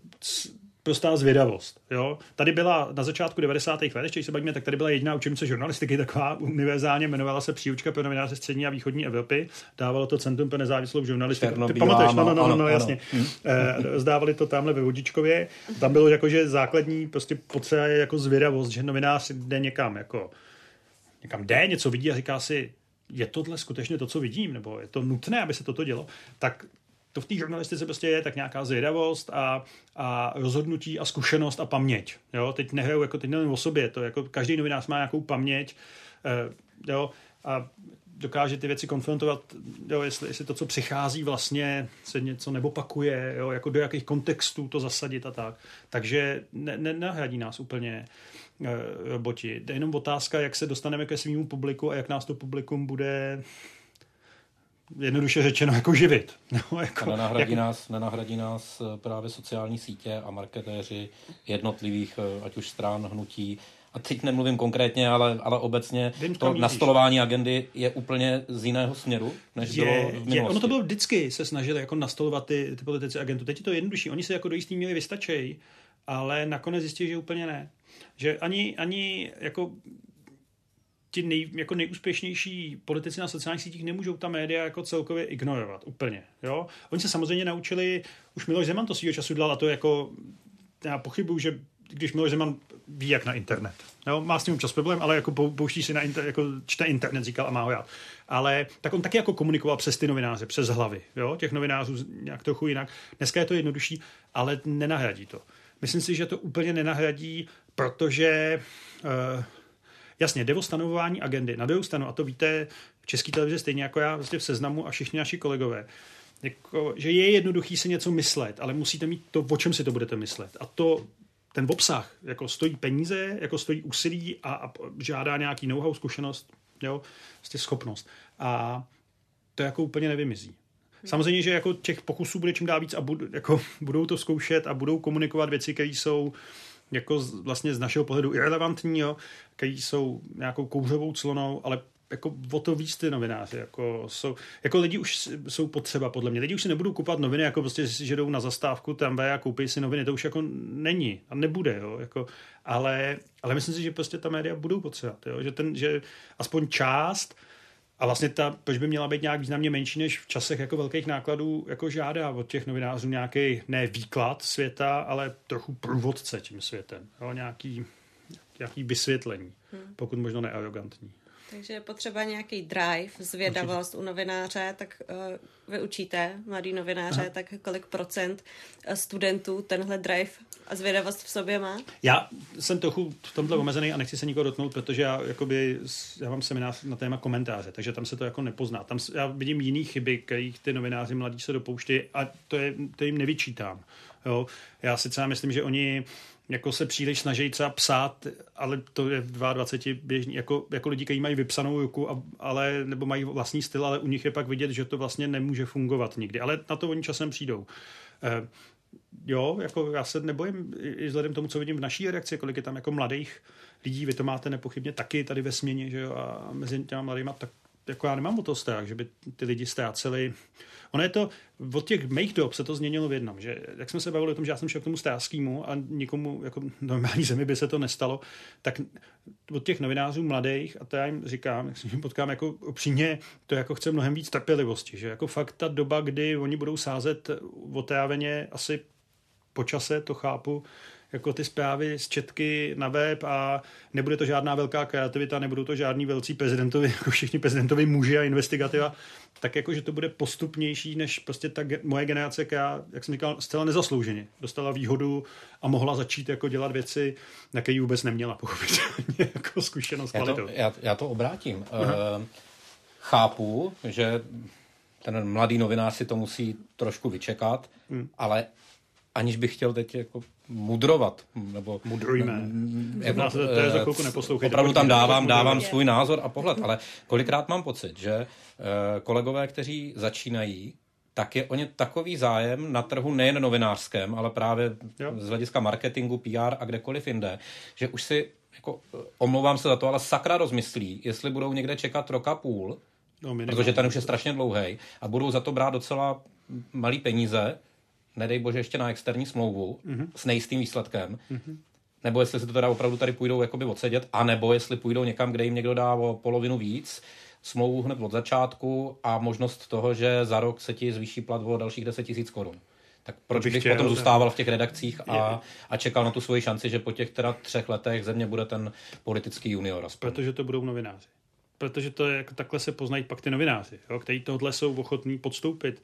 prostá zvědavost. Jo. Tady byla na začátku 90. let, ještě se bavíme, tak tady byla jediná učebnice žurnalistiky, taková univerzálně, jmenovala se Příručka pro novináře střední a východní Evropy. Dávalo to Centrum pro nezávislou žurnalistiku. Ty pamatuješ? No, jasně. Zdávali to tamhle ve Vodičkově. Tam bylo jako, že základní prostě potřeba je jako zvědavost, že novinář jde někam jde, něco vidí a říká si, je tohle skutečně to, co vidím, nebo je to nutné, aby se toto dělo, tak to v té žurnalistice prostě je tak nějaká zvědavost a rozhodnutí a zkušenost a paměť. Jo? Teď nehraju jako teď nevím o sobě, to jako každý novinář má nějakou paměť, jo? A dokáže ty věci konfrontovat, jo? Jestli to, co přichází, vlastně se něco nepopakuje, jo? Jako do jakých kontextů to zasadit a tak. Takže nenahradí nás úplně roboti. To je jenom otázka, jak se dostaneme ke svýmu publiku a jak nás to publikum bude jednoduše řečeno jako živit. No, jako, a nenahradí nás právě sociální sítě a marketéři jednotlivých, ať už stran, hnutí. A teď nemluvím konkrétně, ale obecně to nastolování agendy je úplně z jiného směru, než bylo v minulosti. Ono to bylo vždycky, se snažili jako nastolovat ty politici agentu. Teď je to jednodušší. Oni se jako do jistý míry vystačejí, ale nakonec zjistí, že úplně ne. Že ani jako ti jako nejúspěšnější politici na sociálních sítích nemůžou ta média jako celkově ignorovat úplně. Jo? Oni se samozřejmě naučili, už Miloš Zeman to svýho času dělal, a to jako, já pochybuju, že když Miloš Zeman ví jak na internet. Jo? Má s tím čas problém, ale jako pouští si na jako čte internet, říkal a má ho rád. Ale tak on taky jako komunikoval přes ty novináře, přes hlavy. Jo? Těch novinářů nějak trochu jinak. Dneska je to jednodušší, ale nenahradí to. Myslím si, že to úplně nenahradí, protože jasně, jde o stanovování agendy. Na druhou stranu, a to víte v České televizi stejně jako já, vlastně v Seznamu a všichni naši kolegové, jako, že je jednoduchý si něco myslet, ale musíte mít to, o čem si to budete myslet. A to, ten obsah, jako stojí peníze, jako stojí úsilí a žádá nějaký know-how, zkušenost, jo, vlastně schopnost. A to jako úplně nevymizí. Samozřejmě, že jako těch pokusů bude čím dál víc a budou to zkoušet a budou komunikovat věci, které jsou jako vlastně z našeho pohledu irelevantní, jo, které jsou nějakou kouřovou clonou, ale jako o to víc ty novináři. Jako lidi už jsou potřeba, podle mě. Lidi už si nebudou kupovat noviny, jako prostě, že jdou na zastávku tramvaje a koupí si noviny. To už jako není a nebude. Jo, jako, ale myslím si, že prostě ta média budou potřebovat. Jo, že aspoň část a vlastně proč by měla být nějak významně menší, než v časech jako velkých nákladů jako žádá od těch novinářů nějaký ne výklad světa, ale trochu průvodce tím světem. Jo, nějaký vysvětlení, pokud možno nearrogantní. Takže je potřeba nějaký drive, zvědavost u novináře, tak vy učíte mladý novináře, tak kolik procent studentů tenhle drive a zvědavost v sobě má? Já jsem trochu v tomhle omezený a nechci se nikoho dotknout, protože já mám seminář na téma komentáře, takže tam se to jako nepozná. Tam já vidím jiný chyby, kterých ty novináři mladí se dopouštějí a to jim nevyčítám. Jo? Já sice myslím, že oni jako se příliš snaží třeba psát, ale to je v 22 běžný, jako lidi, kteří mají vypsanou ruku, nebo mají vlastní styl, ale u nich je pak vidět, že to vlastně nemůže fungovat nikdy. Ale na to oni časem přijdou. Jo, jako já se nebojím, i vzhledem tomu, co vidím v naší redakci, kolik je tam jako mladých lidí, vy to máte nepochybně taky tady ve směně, že jo, a mezi těma mladýma, tak jako já nemám o to strach, že by ty lidi ztráceli. Ono je to, od těch mých dob se to změnilo v jednom, že jak jsme se bavili o tom, že já jsem šel k tomu Stráskýmu a nikomu jako normální zemi by se to nestalo, tak od těch novinářů mladých, a to já jim říkám, jak se jim potkám, jako upřímně, to jako chce mnohem víc trpělivosti, že jako fakt ta doba, kdy oni budou sázet otráveně, asi po čase, to chápu, jako ty zprávy z četky na web a nebude to žádná velká kreativita, nebudou to žádní velcí prezidentovi, jako všichni prezidentovi muži a investigativa, tak jako, že to bude postupnější, než prostě ta moje generace, která, jak jsem říkal, zcela nezaslouženě dostala výhodu a mohla začít jako dělat věci, na které vůbec neměla pochopitelně jako zkušenost kvalitou. Já to obrátím. Chápu, že ten mladý novinář si to musí trošku vyčekat, ale aniž bych chtěl teď jako mudrovat. Nebo, mudrujme. To je za chvilku neposlouchejte. Opravdu tam dávám svůj názor a pohled, ale kolikrát mám pocit, že kolegové, kteří začínají, tak je o ně takový zájem na trhu nejen novinářském, ale právě z hlediska marketingu, PR a kdekoliv jinde, že už si, jako, omlouvám se za to, ale sakra rozmyslí, jestli budou někde čekat rok a půl, protože ten už je strašně dlouhej a budou za to brát docela malý peníze, nedej bože ještě na externí smlouvu s nejistým výsledkem, nebo jestli se to teda opravdu tady půjdou jakoby odsedět, anebo jestli půjdou někam, kde jim někdo dá o polovinu víc, smlouvu hned od začátku a možnost toho, že za rok se ti zvýší plat o dalších 10 000 korun. Tak proč bych potom zůstával v těch redakcích a čekal na tu svoji šanci, že po těch teda 3 letech země bude ten politický junior aspoň. Protože to budou novináři. Protože to je, jako takhle se poznají pak ty novináři, jo, kteří tohle jsou ochotní podstoupit.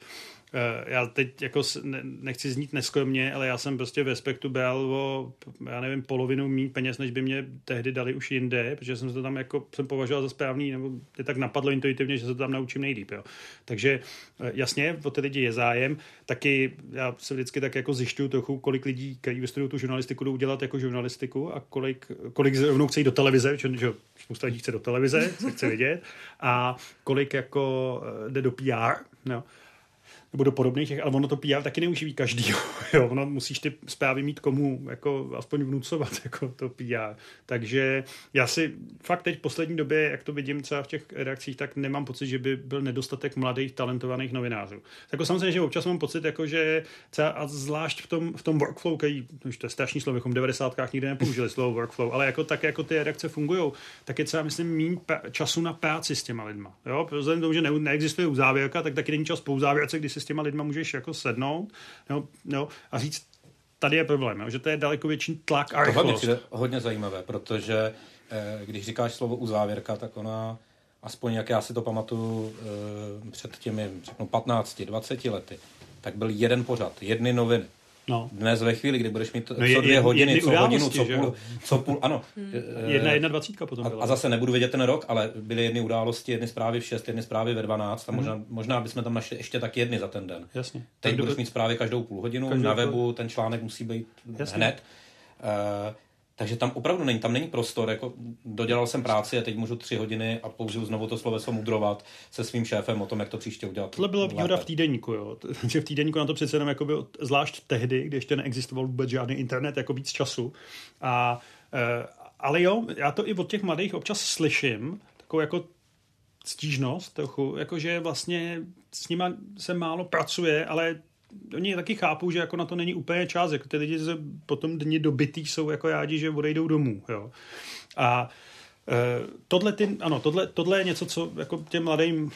Já teď jako nechci znít neskromně, ale já jsem prostě v Respektu bral o, já nevím, polovinu méně peněz, než by mě tehdy dali už jinde, protože jsem se to tam jako jsem považoval za správný, nebo je tak napadlo intuitivně, že se to tam naučím nejlíp. Jo. Takže jasně, o ty lidi je zájem. Taky já se vždycky tak jako zjišťuju trochu, kolik lidí, kteří vystudují tu žurnalistiku, jdou dělat jako žurnalistiku a kolik rovnou chce jít do televize, že spousta lidí chce do televize, se chce vidět, a kolik jako jde do PR, no. Nebo do podobných, ale ono to PR taky neuživí každýho. Jo, ono musíš ty zprávy mít komu jako aspoň vnucovat jako to PR. Takže já si fakt teď v poslední době, jak to vidím třeba v těch redakcích, tak nemám pocit, že by byl nedostatek mladých, talentovaných novinářů. Jako samozřejmě, že občas mám pocit, jako, že třeba a zvlášť v tom workflow, který, to je strašný slovo, v 90kách nikdy nepoužili slovo workflow, ale jako tak, jako ty redakce fungujou, tak je třeba, myslím, méně času na práci s těma lidma. Jo, vzhledem k tomu, že neexistuje uzávěrka, tak taky není čas po uzávěrce, kdy si s těma lidma můžeš jako sednout, jo, a říct, tady je problém, jo, že to je daleko větší tlak a rychlost. To je hodně zajímavé, protože když říkáš slovo uzávěrka, tak ona, aspoň jak já si to pamatuju před těmi 15-20 lety, tak byl jeden pořad, jedny noviny. No. Dnes ve chvíli, kdy budeš mít co 2 hodiny, co hodinu, co půl, ano. 1:21 potom byla. A zase nebudu vědět ten rok, ale byly jedny události, jedny zprávy v 6, jedny zprávy ve 12 a možná bychom tam našli ještě tak jedny za ten den. Jasně. Teď budeš mít zprávy každou půl hodinu, na webu ten článek musí být hned. Takže tam opravdu není prostor, jako dodělal jsem práci a teď můžu 3 hodiny a použiju znovu to sloveso mudrovat se svým šéfem o tom, jak to příště udělat. Tohle byla výhoda v týdeníku, jo. Takže v týdeníku na to přece jenom jakoby, zvlášť tehdy, kdy ještě neexistoval vůbec žádný internet, jako víc času. Ale jo, já to i od těch mladých občas slyším, takovou jako stížnost trochu, jakože vlastně s nima se málo pracuje, ale oni taky chápou, že jako na to není úplně čas, jako ty lidi po tom dni dobytý jsou jako rádi, že odejdou domů, jo. A tohle je něco, co jako těm mladým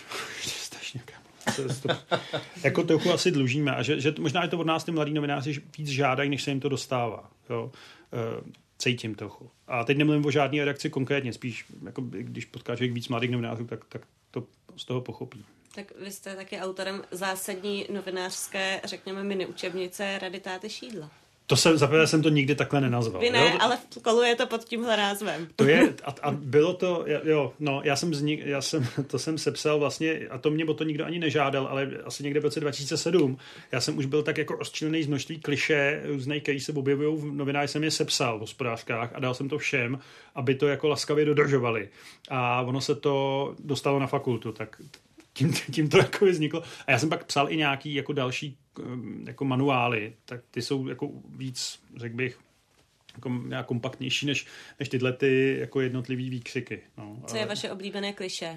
jako trochu asi dlužíme a že možná je to od nás ty mladí novináři víc žádají, než se jim to dostává, jo. Cítím trochu. A teď nemluvím o žádné redakci konkrétně, spíš jako když potká člověk víc mladých novinářů, tak to z toho pochopí. Tak vy jste taky autorem zásadní novinářské, řekněme, mini učebnice Rady Táty Šídla. Zaprvé jsem to nikdy takhle nenazval. Vy ne, jo? ale koluje to pod tímhle názvem. To je, a bylo to, jo, no, to jsem sepsal vlastně, a to mě o to nikdo ani nežádal, ale asi někde v roce 2007, já jsem už byl tak jako rozčilený z množství klišé různých, který se objevují v novinách, jsem je sepsal v hospodářkách a dal jsem to všem, aby to jako laskavě dodržovali. A ono se to dostalo na fakultu, tak tím to jako vzniklo. A já jsem pak psal i nějaký jako další jako manuály, tak ty jsou jako víc, řekl bych, jako nějak kompaktnější než tyhle ty jako jednotlivý výkřiky. No, co je vaše oblíbené klišé?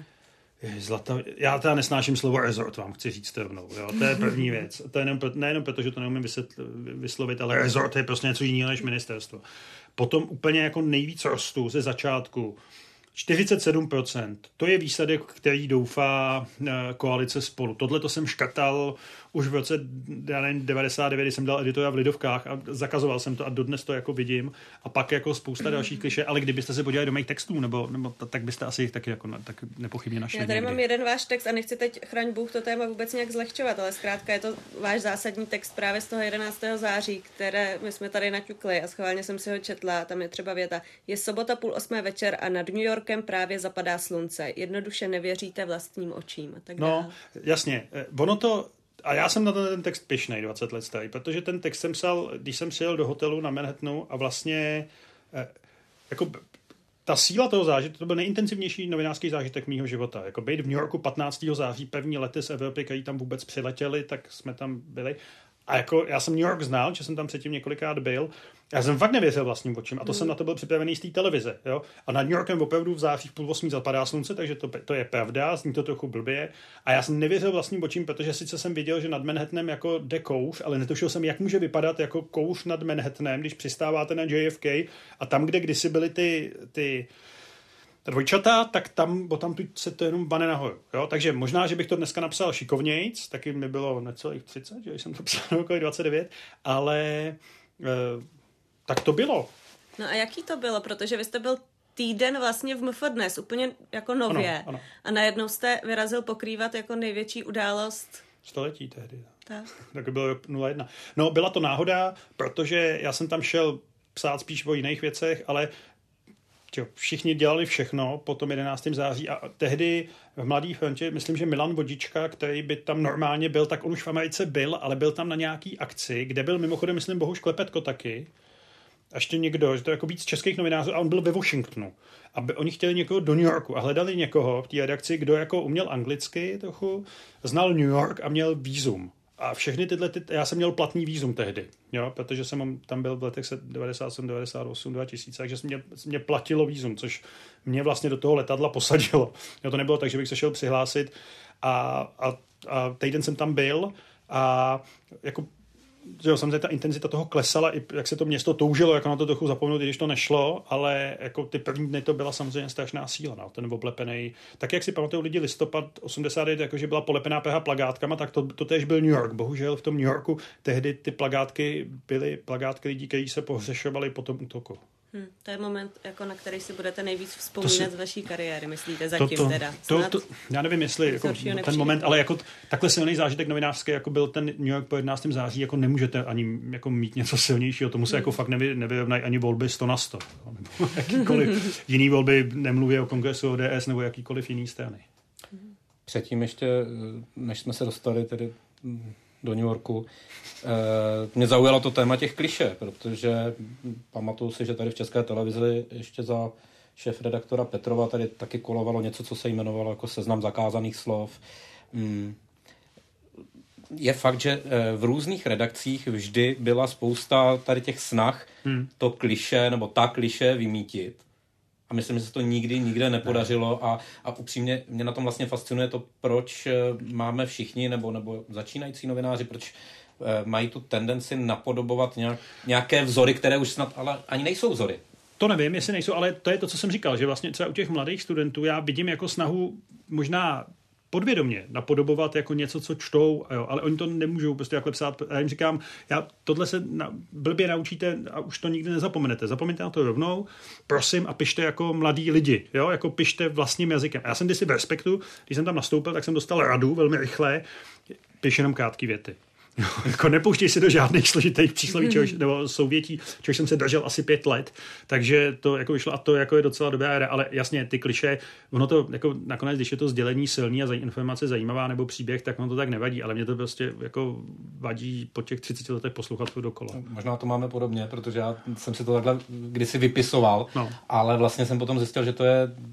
Já teda nesnáším slovo resort, vám chci říct rovnou. Jo? To je první věc. To je nejenom proto, že to neumím vyslovit, ale resort je prostě něco jiného než ministerstvo. Potom úplně jako nejvíc rostu ze začátku 47%. To je výsledek, který doufá koalice Spolu. Tohle to jsem škrtal už v roce 99, kdy jsem dal editora v Lidovkách a zakazoval jsem to a dodnes to jako vidím. A pak jako spousta dalších klišé, ale kdybyste se podívali do mých textů, nebo tak byste asi taky jako tak nepochybně našli. Já tady mám jeden váš text a nechci teď, chraň Bůh, to téma vůbec nějak zlehčovat, ale zkrátka je to váš zásadní text právě z toho 11. září, které my jsme tady naťukli a schválně jsem si ho četla. Tam je třeba věta: je sobota 7:30 večer a nad New Yorkem právě zapadá slunce. Jednoduše nevěříte vlastním očím. A tak no, jasně. Ono to. A já jsem na ten text pyšnej 20 let starý, protože ten text jsem psal, když jsem přijel do hotelu na Manhattanu a vlastně jako ta síla toho zážitku, to byl nejintenzivnější novinářský zážitek mýho života. Jako být v New Yorku 15. září, první lety z Evropy, který tam vůbec přiletěli, tak jsme tam byli. A jako já jsem New York znal, že jsem tam předtím několikrát byl. Já jsem fakt nevěřil vlastním očím a to jsem na to byl připravený z té televize. Jo? A nad New Yorkem opravdu v září v 7:30 zapadá slunce, takže to je pravda, zní to trochu blbě. A já jsem nevěřil vlastním očím, protože sice jsem viděl, že nad Manhattanem jako jde kouř, ale netušil jsem, jak může vypadat jako kouř nad Manhattanem, když přistáváte na JFK a tam, kde kdysi byly ty dvojčata, tak tam se to jenom bane nahoru. Jo? Takže možná, že bych to dneska napsal šikovnějc, taky mi bylo necelých 30, že jsem to psal okolo 29, ale tak to bylo. No a jaký to bylo? Protože vy jste byl týden vlastně v MF Dnes, úplně jako nově. Ano. A najednou jste vyrazil pokrývat jako největší událost století tehdy. Tak bylo 01. No, byla to náhoda, protože já jsem tam šel psát spíš o jiných věcech, ale všichni dělali všechno po tom 11. září a tehdy v Mladé frontě, myslím, že Milan Vodička, který by tam normálně byl, tak on už v Americe byl, ale byl tam na nějaký akci, kde byl mimochodem, myslím, Bohuš Klepetko taky. A ještě někdo, že to je jako víc českých novinářů a on byl ve Washingtonu. A oni chtěli někoho do New Yorku a hledali někoho v té redakci, kdo jako uměl anglicky trochu, znal New York a měl vízum. A všechny já jsem měl platný vízum tehdy, jo, protože jsem tam byl v letech 97, 98, 2000, takže mě platilo vízum, což mě vlastně do toho letadla posadilo. Jo, to nebylo tak, že bych se šel přihlásit a týden jsem tam byl a jako že samozřejmě ta intenzita toho klesala, i jak se to město toužilo, jako na to trochu zapomenout, i když to nešlo, ale jako ty první dny to byla samozřejmě strašná síla, no, ten oblepený. Tak jak si pamatuju lidi listopad 89, jakože byla polepená PH plagátkama, tak to též byl New York. Bohužel v tom New Yorku tehdy ty plagátky byly plagátky lidí, kteří se pohřešovali po tom útoku. To je moment, jako na který si budete nejvíc vzpomínat z vaší kariéry, myslíte, zatím teda? Já nevím, jestli jako ten moment, ale jako takhle silný zážitek novinářský, jako byl ten New York po 11. září, jako nemůžete ani jako mít něco silnějšího, tomu se jako fakt nevyrovnají ani volby 100 na 100. Nebo jakýkoliv jiný volby, nemluví o kongresu ODS nebo jakýkoliv jiný strany. Předtím ještě, než jsme se dostali tedy do New Yorku, mě zaujalo to téma těch klišé, protože pamatuju si, že tady v České televizi ještě za šéfredaktora Petrova tady taky kolovalo něco, co se jmenovalo jako seznam zakázaných slov. Je fakt, že v různých redakcích vždy byla spousta tady těch snah to klišé nebo ta klišé vymítit. A myslím, že se to nikde nepodařilo a upřímně mě na tom vlastně fascinuje to, proč máme všichni nebo začínající novináři, proč mají tu tendenci napodobovat nějaké vzory, které už snad ale ani nejsou vzory. To nevím, jestli nejsou, ale to je to, co jsem říkal, že vlastně třeba u těch mladých studentů já vidím jako snahu možná podvědomě napodobovat jako něco, co čtou, jo, ale oni to nemůžou prostě takhle psát. Já jim říkám, tohle se blbě naučíte a už to nikdy nezapomenete. Zapomeňte na to rovnou, prosím, a pište jako mladí lidi, jo, jako pište vlastním jazykem. A já jsem kdysi v Respektu, když jsem tam nastoupil, tak jsem dostal radu velmi rychle, piš jenom krátké věty. Jo, jako nepouštěj se do žádných složitých přísloví nebo souvětí, čehož jsem se držel asi 5 let, takže to jako vyšlo a to jako je docela dobrá éra, ale jasně ty klišé, ono to jako nakonec, když je to sdělení silný a informace zajímavá nebo příběh, tak ono to tak nevadí, ale mě to prostě jako vadí po těch 30 letech poslouchat to dokola. Možná to máme podobně, protože já jsem si to takhle kdysi vypisoval, ale vlastně jsem potom zjistil, že to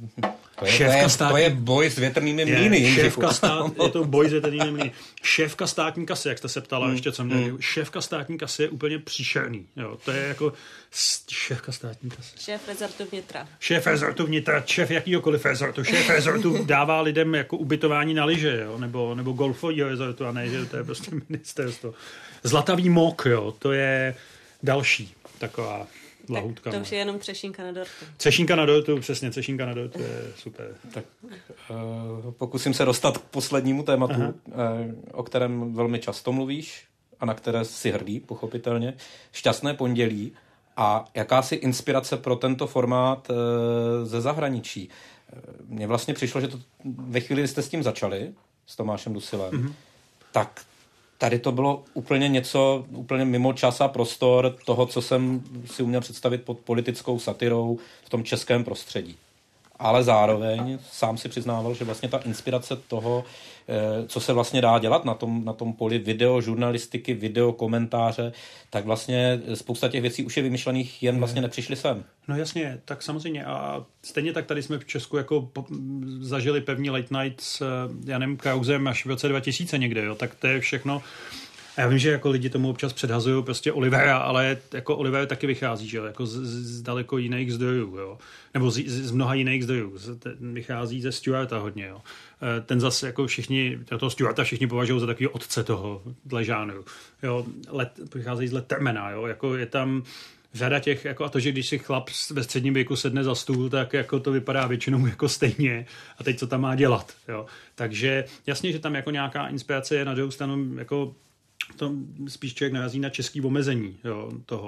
je boj s větrnými mlýny. Je to boj s větrnými mlýny. Šéfka státní kasy, jak jste se ptala, ještě co mě šéfka státní kasy je úplně příšerný. Jo, to je jako šéfka státní kasy. Šéf rezortu vnitra. Šéf rezortu vnitra, šéf jakýkoliv rezortu. Šéf rezortu dává lidem jako ubytování na lyže, jo, nebo golfovýho rezortu, a ne, že to je prostě ministerstvo. Zlatavý mok, jo, to je další taková lahůdka. To už je jenom třešínka na dortu. Třešínka na dortu, přesně, třešínka na dortu je super. Tak pokusím se dostat k poslednímu tématu, o kterém velmi často mluvíš a na které jsi hrdý, pochopitelně. Šťastné pondělí a jakási inspirace pro tento formát ze zahraničí. Mně vlastně přišlo, že to ve chvíli, kdy jste s tím začali, s Tomášem Dusilem, tak tady to bylo úplně mimo čas a prostor toho, co jsem si uměl představit pod politickou satirou v tom českém prostředí. Ale zároveň sám si přiznával, že vlastně ta inspirace toho, co se vlastně dá dělat na tom poli videožurnalistiky, videokomentáře, tak vlastně spousta těch věcí už je vymyšlených, jen vlastně nepřišli sem. No jasně, tak samozřejmě. A stejně tak tady jsme v Česku jako zažili pevní late night s Janem Krausem až v roce 2000 někde, jo, tak to je všechno. A já vím, že jako lidi tomu občas předhazují prostě Olivera, ale jako Oliver taky vychází, že jo, jako z daleko jiných zdrojů, jo. Nebo z mnoha jiných zdrojů. Vychází ze Stewarta hodně, jo. Ten zase jako toho Stewarta všichni považují za takový otce toho dle žánru. Jo, vycházejí z Lettermana, jo, jako je tam řada těch, jako a to, že když si chlap ve středním věku sedne za stůl, tak jako to vypadá většinou jako stejně a teď co tam má dělat, jo. Takže jasně, že tam jako nějaká inspirace je, na druhou stranu jako to spíš člověk narazí na český omezení, jo, toho.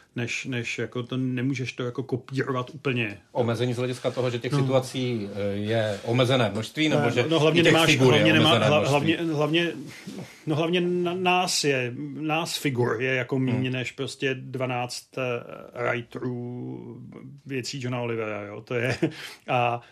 než jako to nemůžeš to jako kopírovat úplně. Omezení z hlediska toho, že těch situací je omezené množství, nebo že hlavně těch nemáš, figur hlavně je omezené hlavně nás figur je jako méně než prostě 12 writerů věcí Johna Olivera, jo, to je a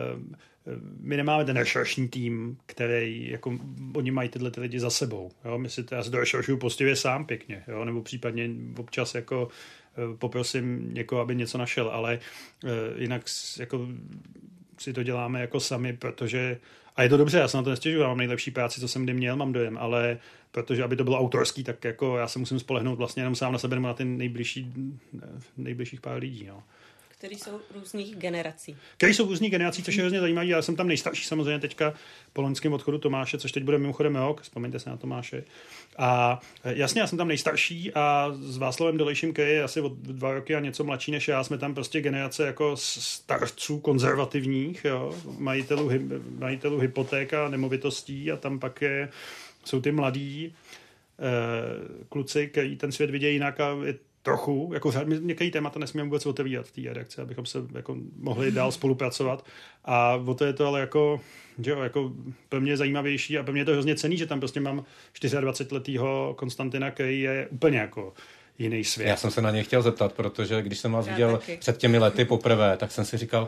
my nemáme ten rešeršní tým, který, jako, oni mají tyhle lidi za sebou. Jo? Já si to rešeršuju poctivě sám pěkně, jo? Nebo případně občas jako poprosím někoho, aby něco našel, ale jinak jako si to děláme jako sami, protože a je to dobře, já se na to nestěžuji, já mám nejlepší práci, co jsem kdy měl, mám dojem, ale protože aby to bylo autorský, tak jako já se musím spolehnout vlastně jenom sám na sebe nebo na ty nejbližších pár lidí. No. Který jsou různých generací. Což je hrozně zajímavé. Já jsem tam nejstarší samozřejmě teďka po loňském odchodu Tomáše, což teď bude mimochodem rok, vzpomeňte se na Tomáše. A jasně, já jsem tam nejstarší a s Václavem Dolejším, který je asi o 2 roky a něco mladší než já, jsme tam prostě generace jako starců konzervativních, jo, majitelů hypoték a nemovitostí a tam pak jsou ty mladí kluci, kteří ten svět vidějí jinak a trochu, jako některé témata nesmíme vůbec otevírat v té redakci, abychom se jako mohli dál spolupracovat. A o to je to ale jako, že jo, jako pro mě je zajímavější a pro mě je to hrozně cenný, že tam prostě mám 24letýho Konstantina, který je úplně jako jiný svět. Já jsem se na něj chtěl zeptat, protože když jsem vás viděl před těmi lety poprvé, tak jsem si říkal,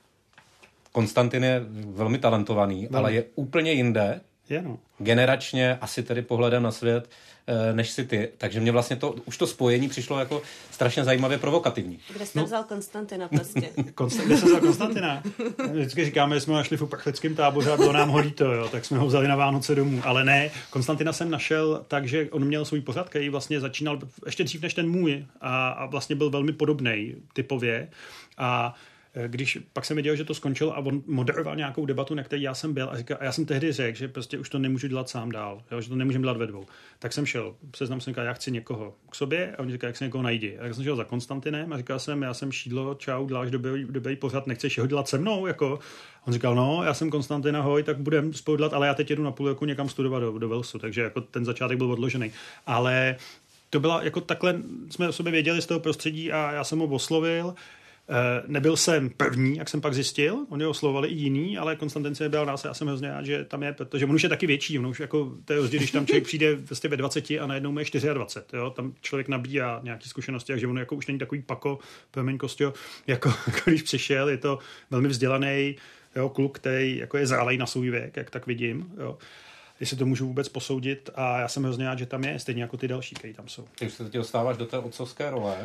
Konstantin je velmi talentovaný, ale je úplně jinde. Generačně, asi tedy pohledem na svět, než si ty. Takže mě vlastně už to spojení přišlo jako strašně zajímavě provokativní. Kde jste vzal Konstantina prostě? Kde jste vzal Konstantina? Vždycky říkáme, že jsme ho našli v uprchlickém táboře a bylo nám ho líto, jo, tak jsme ho vzali na Vánoce domů. Ale ne, Konstantina jsem našel tak, že on měl svůj pořad, který vlastně začínal ještě dřív než ten můj a vlastně byl velmi podobnej typově. A když pak jsem viděl, že to skončilo a on moderoval nějakou debatu, na které já jsem byl a já jsem tehdy řekl, že prostě už to nemůžu dělat sám dál, jo, že to nemůžeme dělat ve dvou. Tak jsem šel, seznam jsem říkal, já chci někoho k sobě a on říkal, jak se někoho najdi. A tak jsem šel za Konstantinem a říkal jsem, já jsem Šídlo, čau, děláš dobrý pořad, nechceš ho dělat se mnou, jako. On říkal, no, já jsem Konstantin, ahoj, tak budem spolu dělat, ale já teď jedu na půl roku někam studovat do Walesu, takže jako ten začátek byl odložený. Ale to byla jako takhle, jsme o sobě věděli z toho prostředí a já jsem ho oslovil. Nebyl jsem první, jak jsem pak zjistil, oni ho oslovovali i jiný, ale Konstantin se nebral nás, já jsem hrozně rád, že tam je, protože on už je taky větší, on už jako, to je rozdíl, když tam člověk přijde vlastně ve 20 a najednou má 24, jo, tam člověk nabíjá nějaké zkušenosti, takže on jako už není takový pako, promiň Kostio, jako když přišel, je to velmi vzdělaný, jo, kluk, který jako je zralej na svůj věk, jak tak vidím, jo. Jestli to můžu vůbec posoudit a já jsem hrozně rád, že tam je, stejně jako ty další, kteří tam jsou. Ty už se teď dostáváš do té otcovské role.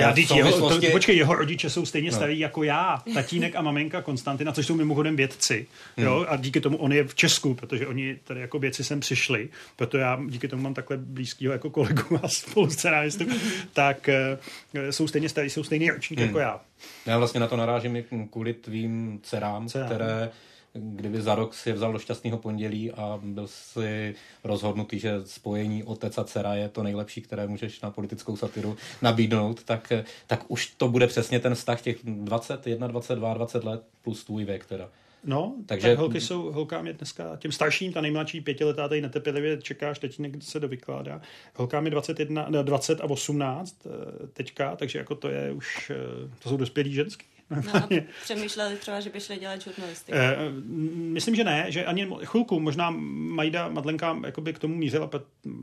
Počkej, jeho rodiče jsou stejně starí jako já, tatínek a maminka Konstantina, což jsou mimochodem vědci, jo, a díky tomu on je v Česku, protože oni tady jako vědci sem přišli, proto já díky tomu mám takhle blízkýho jako kolegu a spolucenáristu, tak jsou stejně starí, jsou stejný ročník jako já. Já vlastně na to narážím i kvůli tvým dcerám, které kdyby za rok si je vzal do Šťastného pondělí a byl si rozhodnutý, že spojení otec a dcera je to nejlepší, které můžeš na politickou satiru nabídnout, tak už to bude přesně ten vztah těch 21, 22, 20 let plus tvůj věk teda. No, takže tak holkám je dneska, těm starším, ta nejmladší 5letá tady netrpělivě čekáš, teď se dovykládá. Holkám je 20 a 18 teďka, takže jako to je už, to jsou dospělí ženský. No a přemýšleli třeba, že by šli dělat žurnalistiku? Myslím, že ne, že ani chvilku, možná Majda Madlenka jakoby k tomu mířila,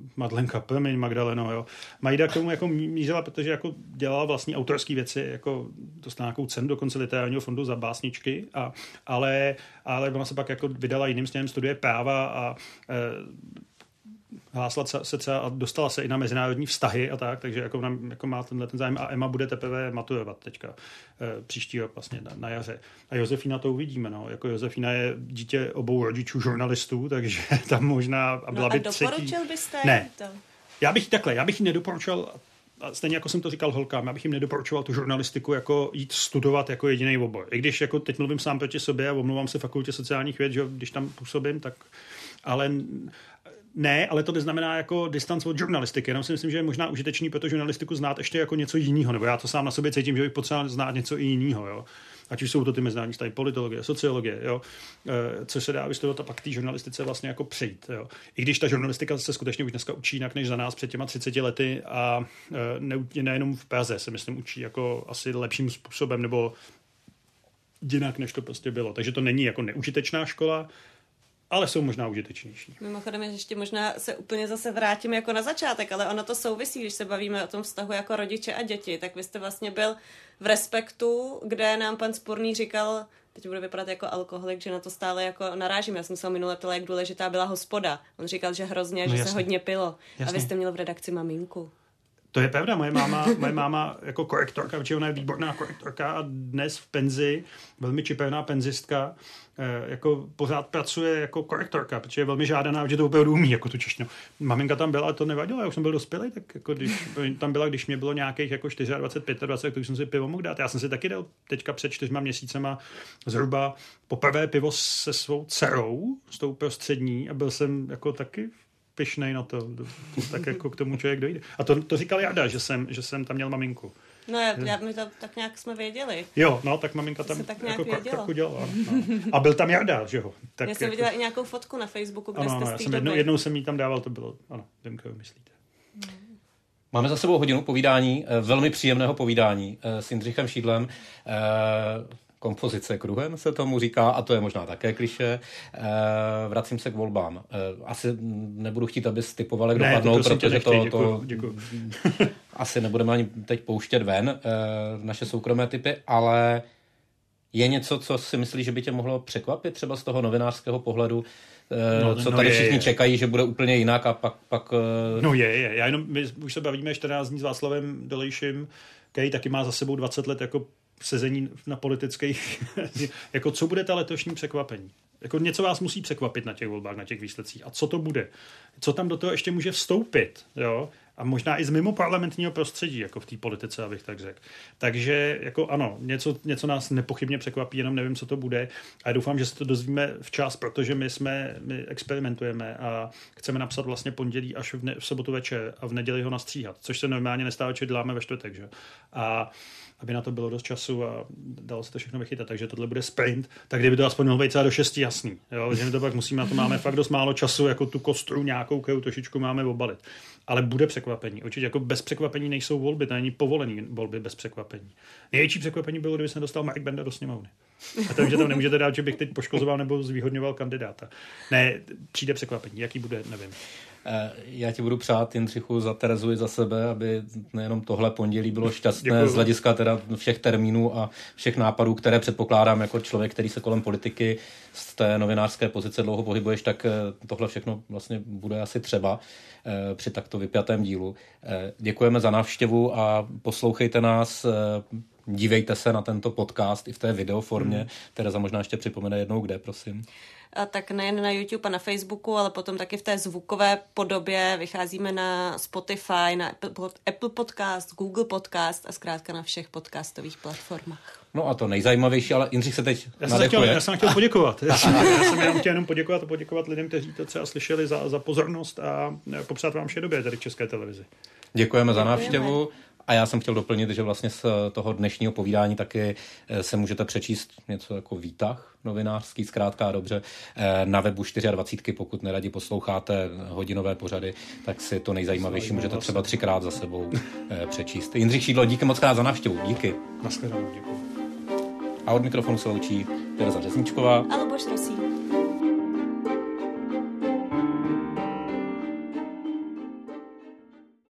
Magdaleno, jo. Majda k tomu jako mířila, protože jako dělala vlastní autorské věci, jako dostala nějakou cenu dokonce literárního fondu za básničky, ale ona se pak jako vydala jiným směrem, studuje práva a hlásila se třeba a dostala se i na mezinárodní vztahy a tak, takže jako má ten zájem a Emma bude teprve maturovat teďka příští rok vlastně na jaře. A Josefína to uvidíme, no. Jako Josefína je dítě obou rodičů žurnalistů, takže tam možná a byla by třetí. Doporučil byste? Ne. Já bych jí nedoporučil, stejně jako jsem to říkal holkám, já bych jim nedoporučoval tu žurnalistiku jako jít studovat jako jediný obor. I když jako teď mluvím sám proti sobě a omlouvám se fakultě sociálních věd, že když tam působím, tak ale ne, ale to neznamená jako distanc od žurnalistiky. Jenom si myslím, že je možná užitečný pro to žurnalistiku znát ještě jako něco jiného. Nebo já to sám na sobě cítím, že bych potřeboval znát něco i jiného. Jo. ať už jsou to ty mezinárodní vztahy, politologie, sociologie, jo, co se dá vystudovat a pak té žurnalistice vlastně jako přejít. Jo. I když ta žurnalistika se skutečně už dneska učí jinak než za nás před těma 30 lety a nejenom v Praze se myslím učí jako asi lepším způsobem nebo jinak, než to prostě bylo. Takže to není jako neužitečná škola, ale jsou možná užitečnější. Mimochodem, ještě možná se úplně zase vrátím jako na začátek, ale ono to souvisí, když se bavíme o tom vztahu jako rodiče a děti, tak vy jste vlastně byl v Respektu, kde nám pan Spurný říkal, teď bude vypadat jako alkoholik, že na to stále jako narážím. Já jsem se ho minule ptala, jak důležitá byla hospoda. On říkal, že hrozně, že se hodně pilo. Jasně. A vy jste měl v redakci maminku. To je pravda, moje máma jako korektorka, protože ona je výborná korektorka a dnes v penzi, velmi čiperná penzistka, jako pořád pracuje jako korektorka, protože je velmi žádaná, že to úplně umí, jako tu češtinu. Maminka tam byla, ale to nevadilo, já už jsem byl dospělý, tak jako když tam byla, když mě bylo nějakých jako 24, 25, tak jsem si pivo mohl dát. Já jsem si taky dal teďka před 4 měsícema zhruba poprvé pivo se svou dcerou, s tou prostřední a byl jsem jako taky pyšnej na to, tak jako k tomu člověk dojde. A to říkal Jarda, že jsem tam měl maminku. No my to tak nějak jsme věděli. Jo, no, tak maminka tam jako trochu dělala. No. A byl tam Jarda, že jo. Tak já jsem viděla i nějakou fotku na Facebooku, kde jste s tím jednou jsem jí tam dával, to bylo, ano, vím, koho myslíte. Máme za sebou hodinu povídání, velmi příjemného povídání s Jindřichem Šídlem. Kompozice kruhem se tomu říká, a to je možná také klišé. Vracím se k volbám. Asi nebudu chtít, aby typovali, kdo padnou, protože děkuju. Asi nebudeme ani teď pouštět ven naše soukromé typy, ale je něco, co si myslíš, že by tě mohlo překvapit třeba z toho novinářského pohledu, co tady všichni čekají, že bude úplně jinak a pak... No je. Já jenom, my už se bavíme 14 dní s Václavem Dolejším, který taky má za sebou 20 let jako sezení na politických, jako co bude ta letošní překvapení. Jako něco vás musí překvapit na těch volbách, na těch výsledcích. A co to bude? Co tam do toho ještě může vstoupit? Jo? A možná i z mimo parlamentního prostředí, jako v té politice, abych tak řekl. Takže jako ano, něco nás nepochybně překvapí, jenom nevím, co to bude. A doufám, že se to dozvíme včas, protože my experimentujeme a chceme napsat vlastně pondělí až v sobotu večer a v neděli ho nastříhat, což se normálně nestává, že děláme ve čtvrtek, že? A aby na to bylo dost času a dalo se to všechno vychytat. Takže tohle bude sprint, tak kdyby to aspoň mohlo být třeba do 6 jasný. Jo? Že my to pak musíme, na to máme fakt dost málo času, jako tu kostru nějakou, kterou trošičku máme obalit. Ale bude překvapení. Určitě jako bez překvapení nejsou volby, to není povolený volby bez překvapení. Největší překvapení bylo, kdyby se nedostal Marek Benda do sněmovny. A to, že tam nemůžete dát, že bych teď poškozoval nebo zvýhodňoval kandidáta. Ne, přijde překvapení. Jaký bude, nevím. Já ti budu přát, Jindřichu, za Terezu i za sebe, aby nejenom tohle pondělí bylo šťastné z hlediska teda všech termínů a všech nápadů, které předpokládám jako člověk, který se kolem politiky z té novinářské pozice dlouho pohybuješ, tak tohle všechno vlastně bude asi třeba při takto vypjatém dílu. Děkujeme za návštěvu a poslouchejte nás, dívejte se na tento podcast i v té videoformě. Tereza možná ještě připomene jednou, kde, prosím. A tak nejen na YouTube a na Facebooku, ale potom taky v té zvukové podobě vycházíme na Spotify, na Apple Podcast, Google Podcast a zkrátka na všech podcastových platformách. No a to nejzajímavější, ale Jindřich se teď nadechuje. Já jsem chtěl poděkovat. Já jsem chtěl jenom poděkovat lidem, kteří to třeba slyšeli za pozornost a popřát vám vše dobré tady v České televizi. Děkujeme za návštěvu. A já jsem chtěl doplnit, že vlastně z toho dnešního povídání taky se můžete přečíst něco jako výtah novinářský, zkrátka a dobře, na webu 24, pokud neradi posloucháte hodinové pořady, tak si to nejzajímavější můžete třeba 3krát za sebou přečíst. Jindřich Šídlo, díky moc krát za návštěvu. Díky. Nashledanou, děkuji. A od mikrofonu se loučí Tereza Řezničková a Luboš Rosí.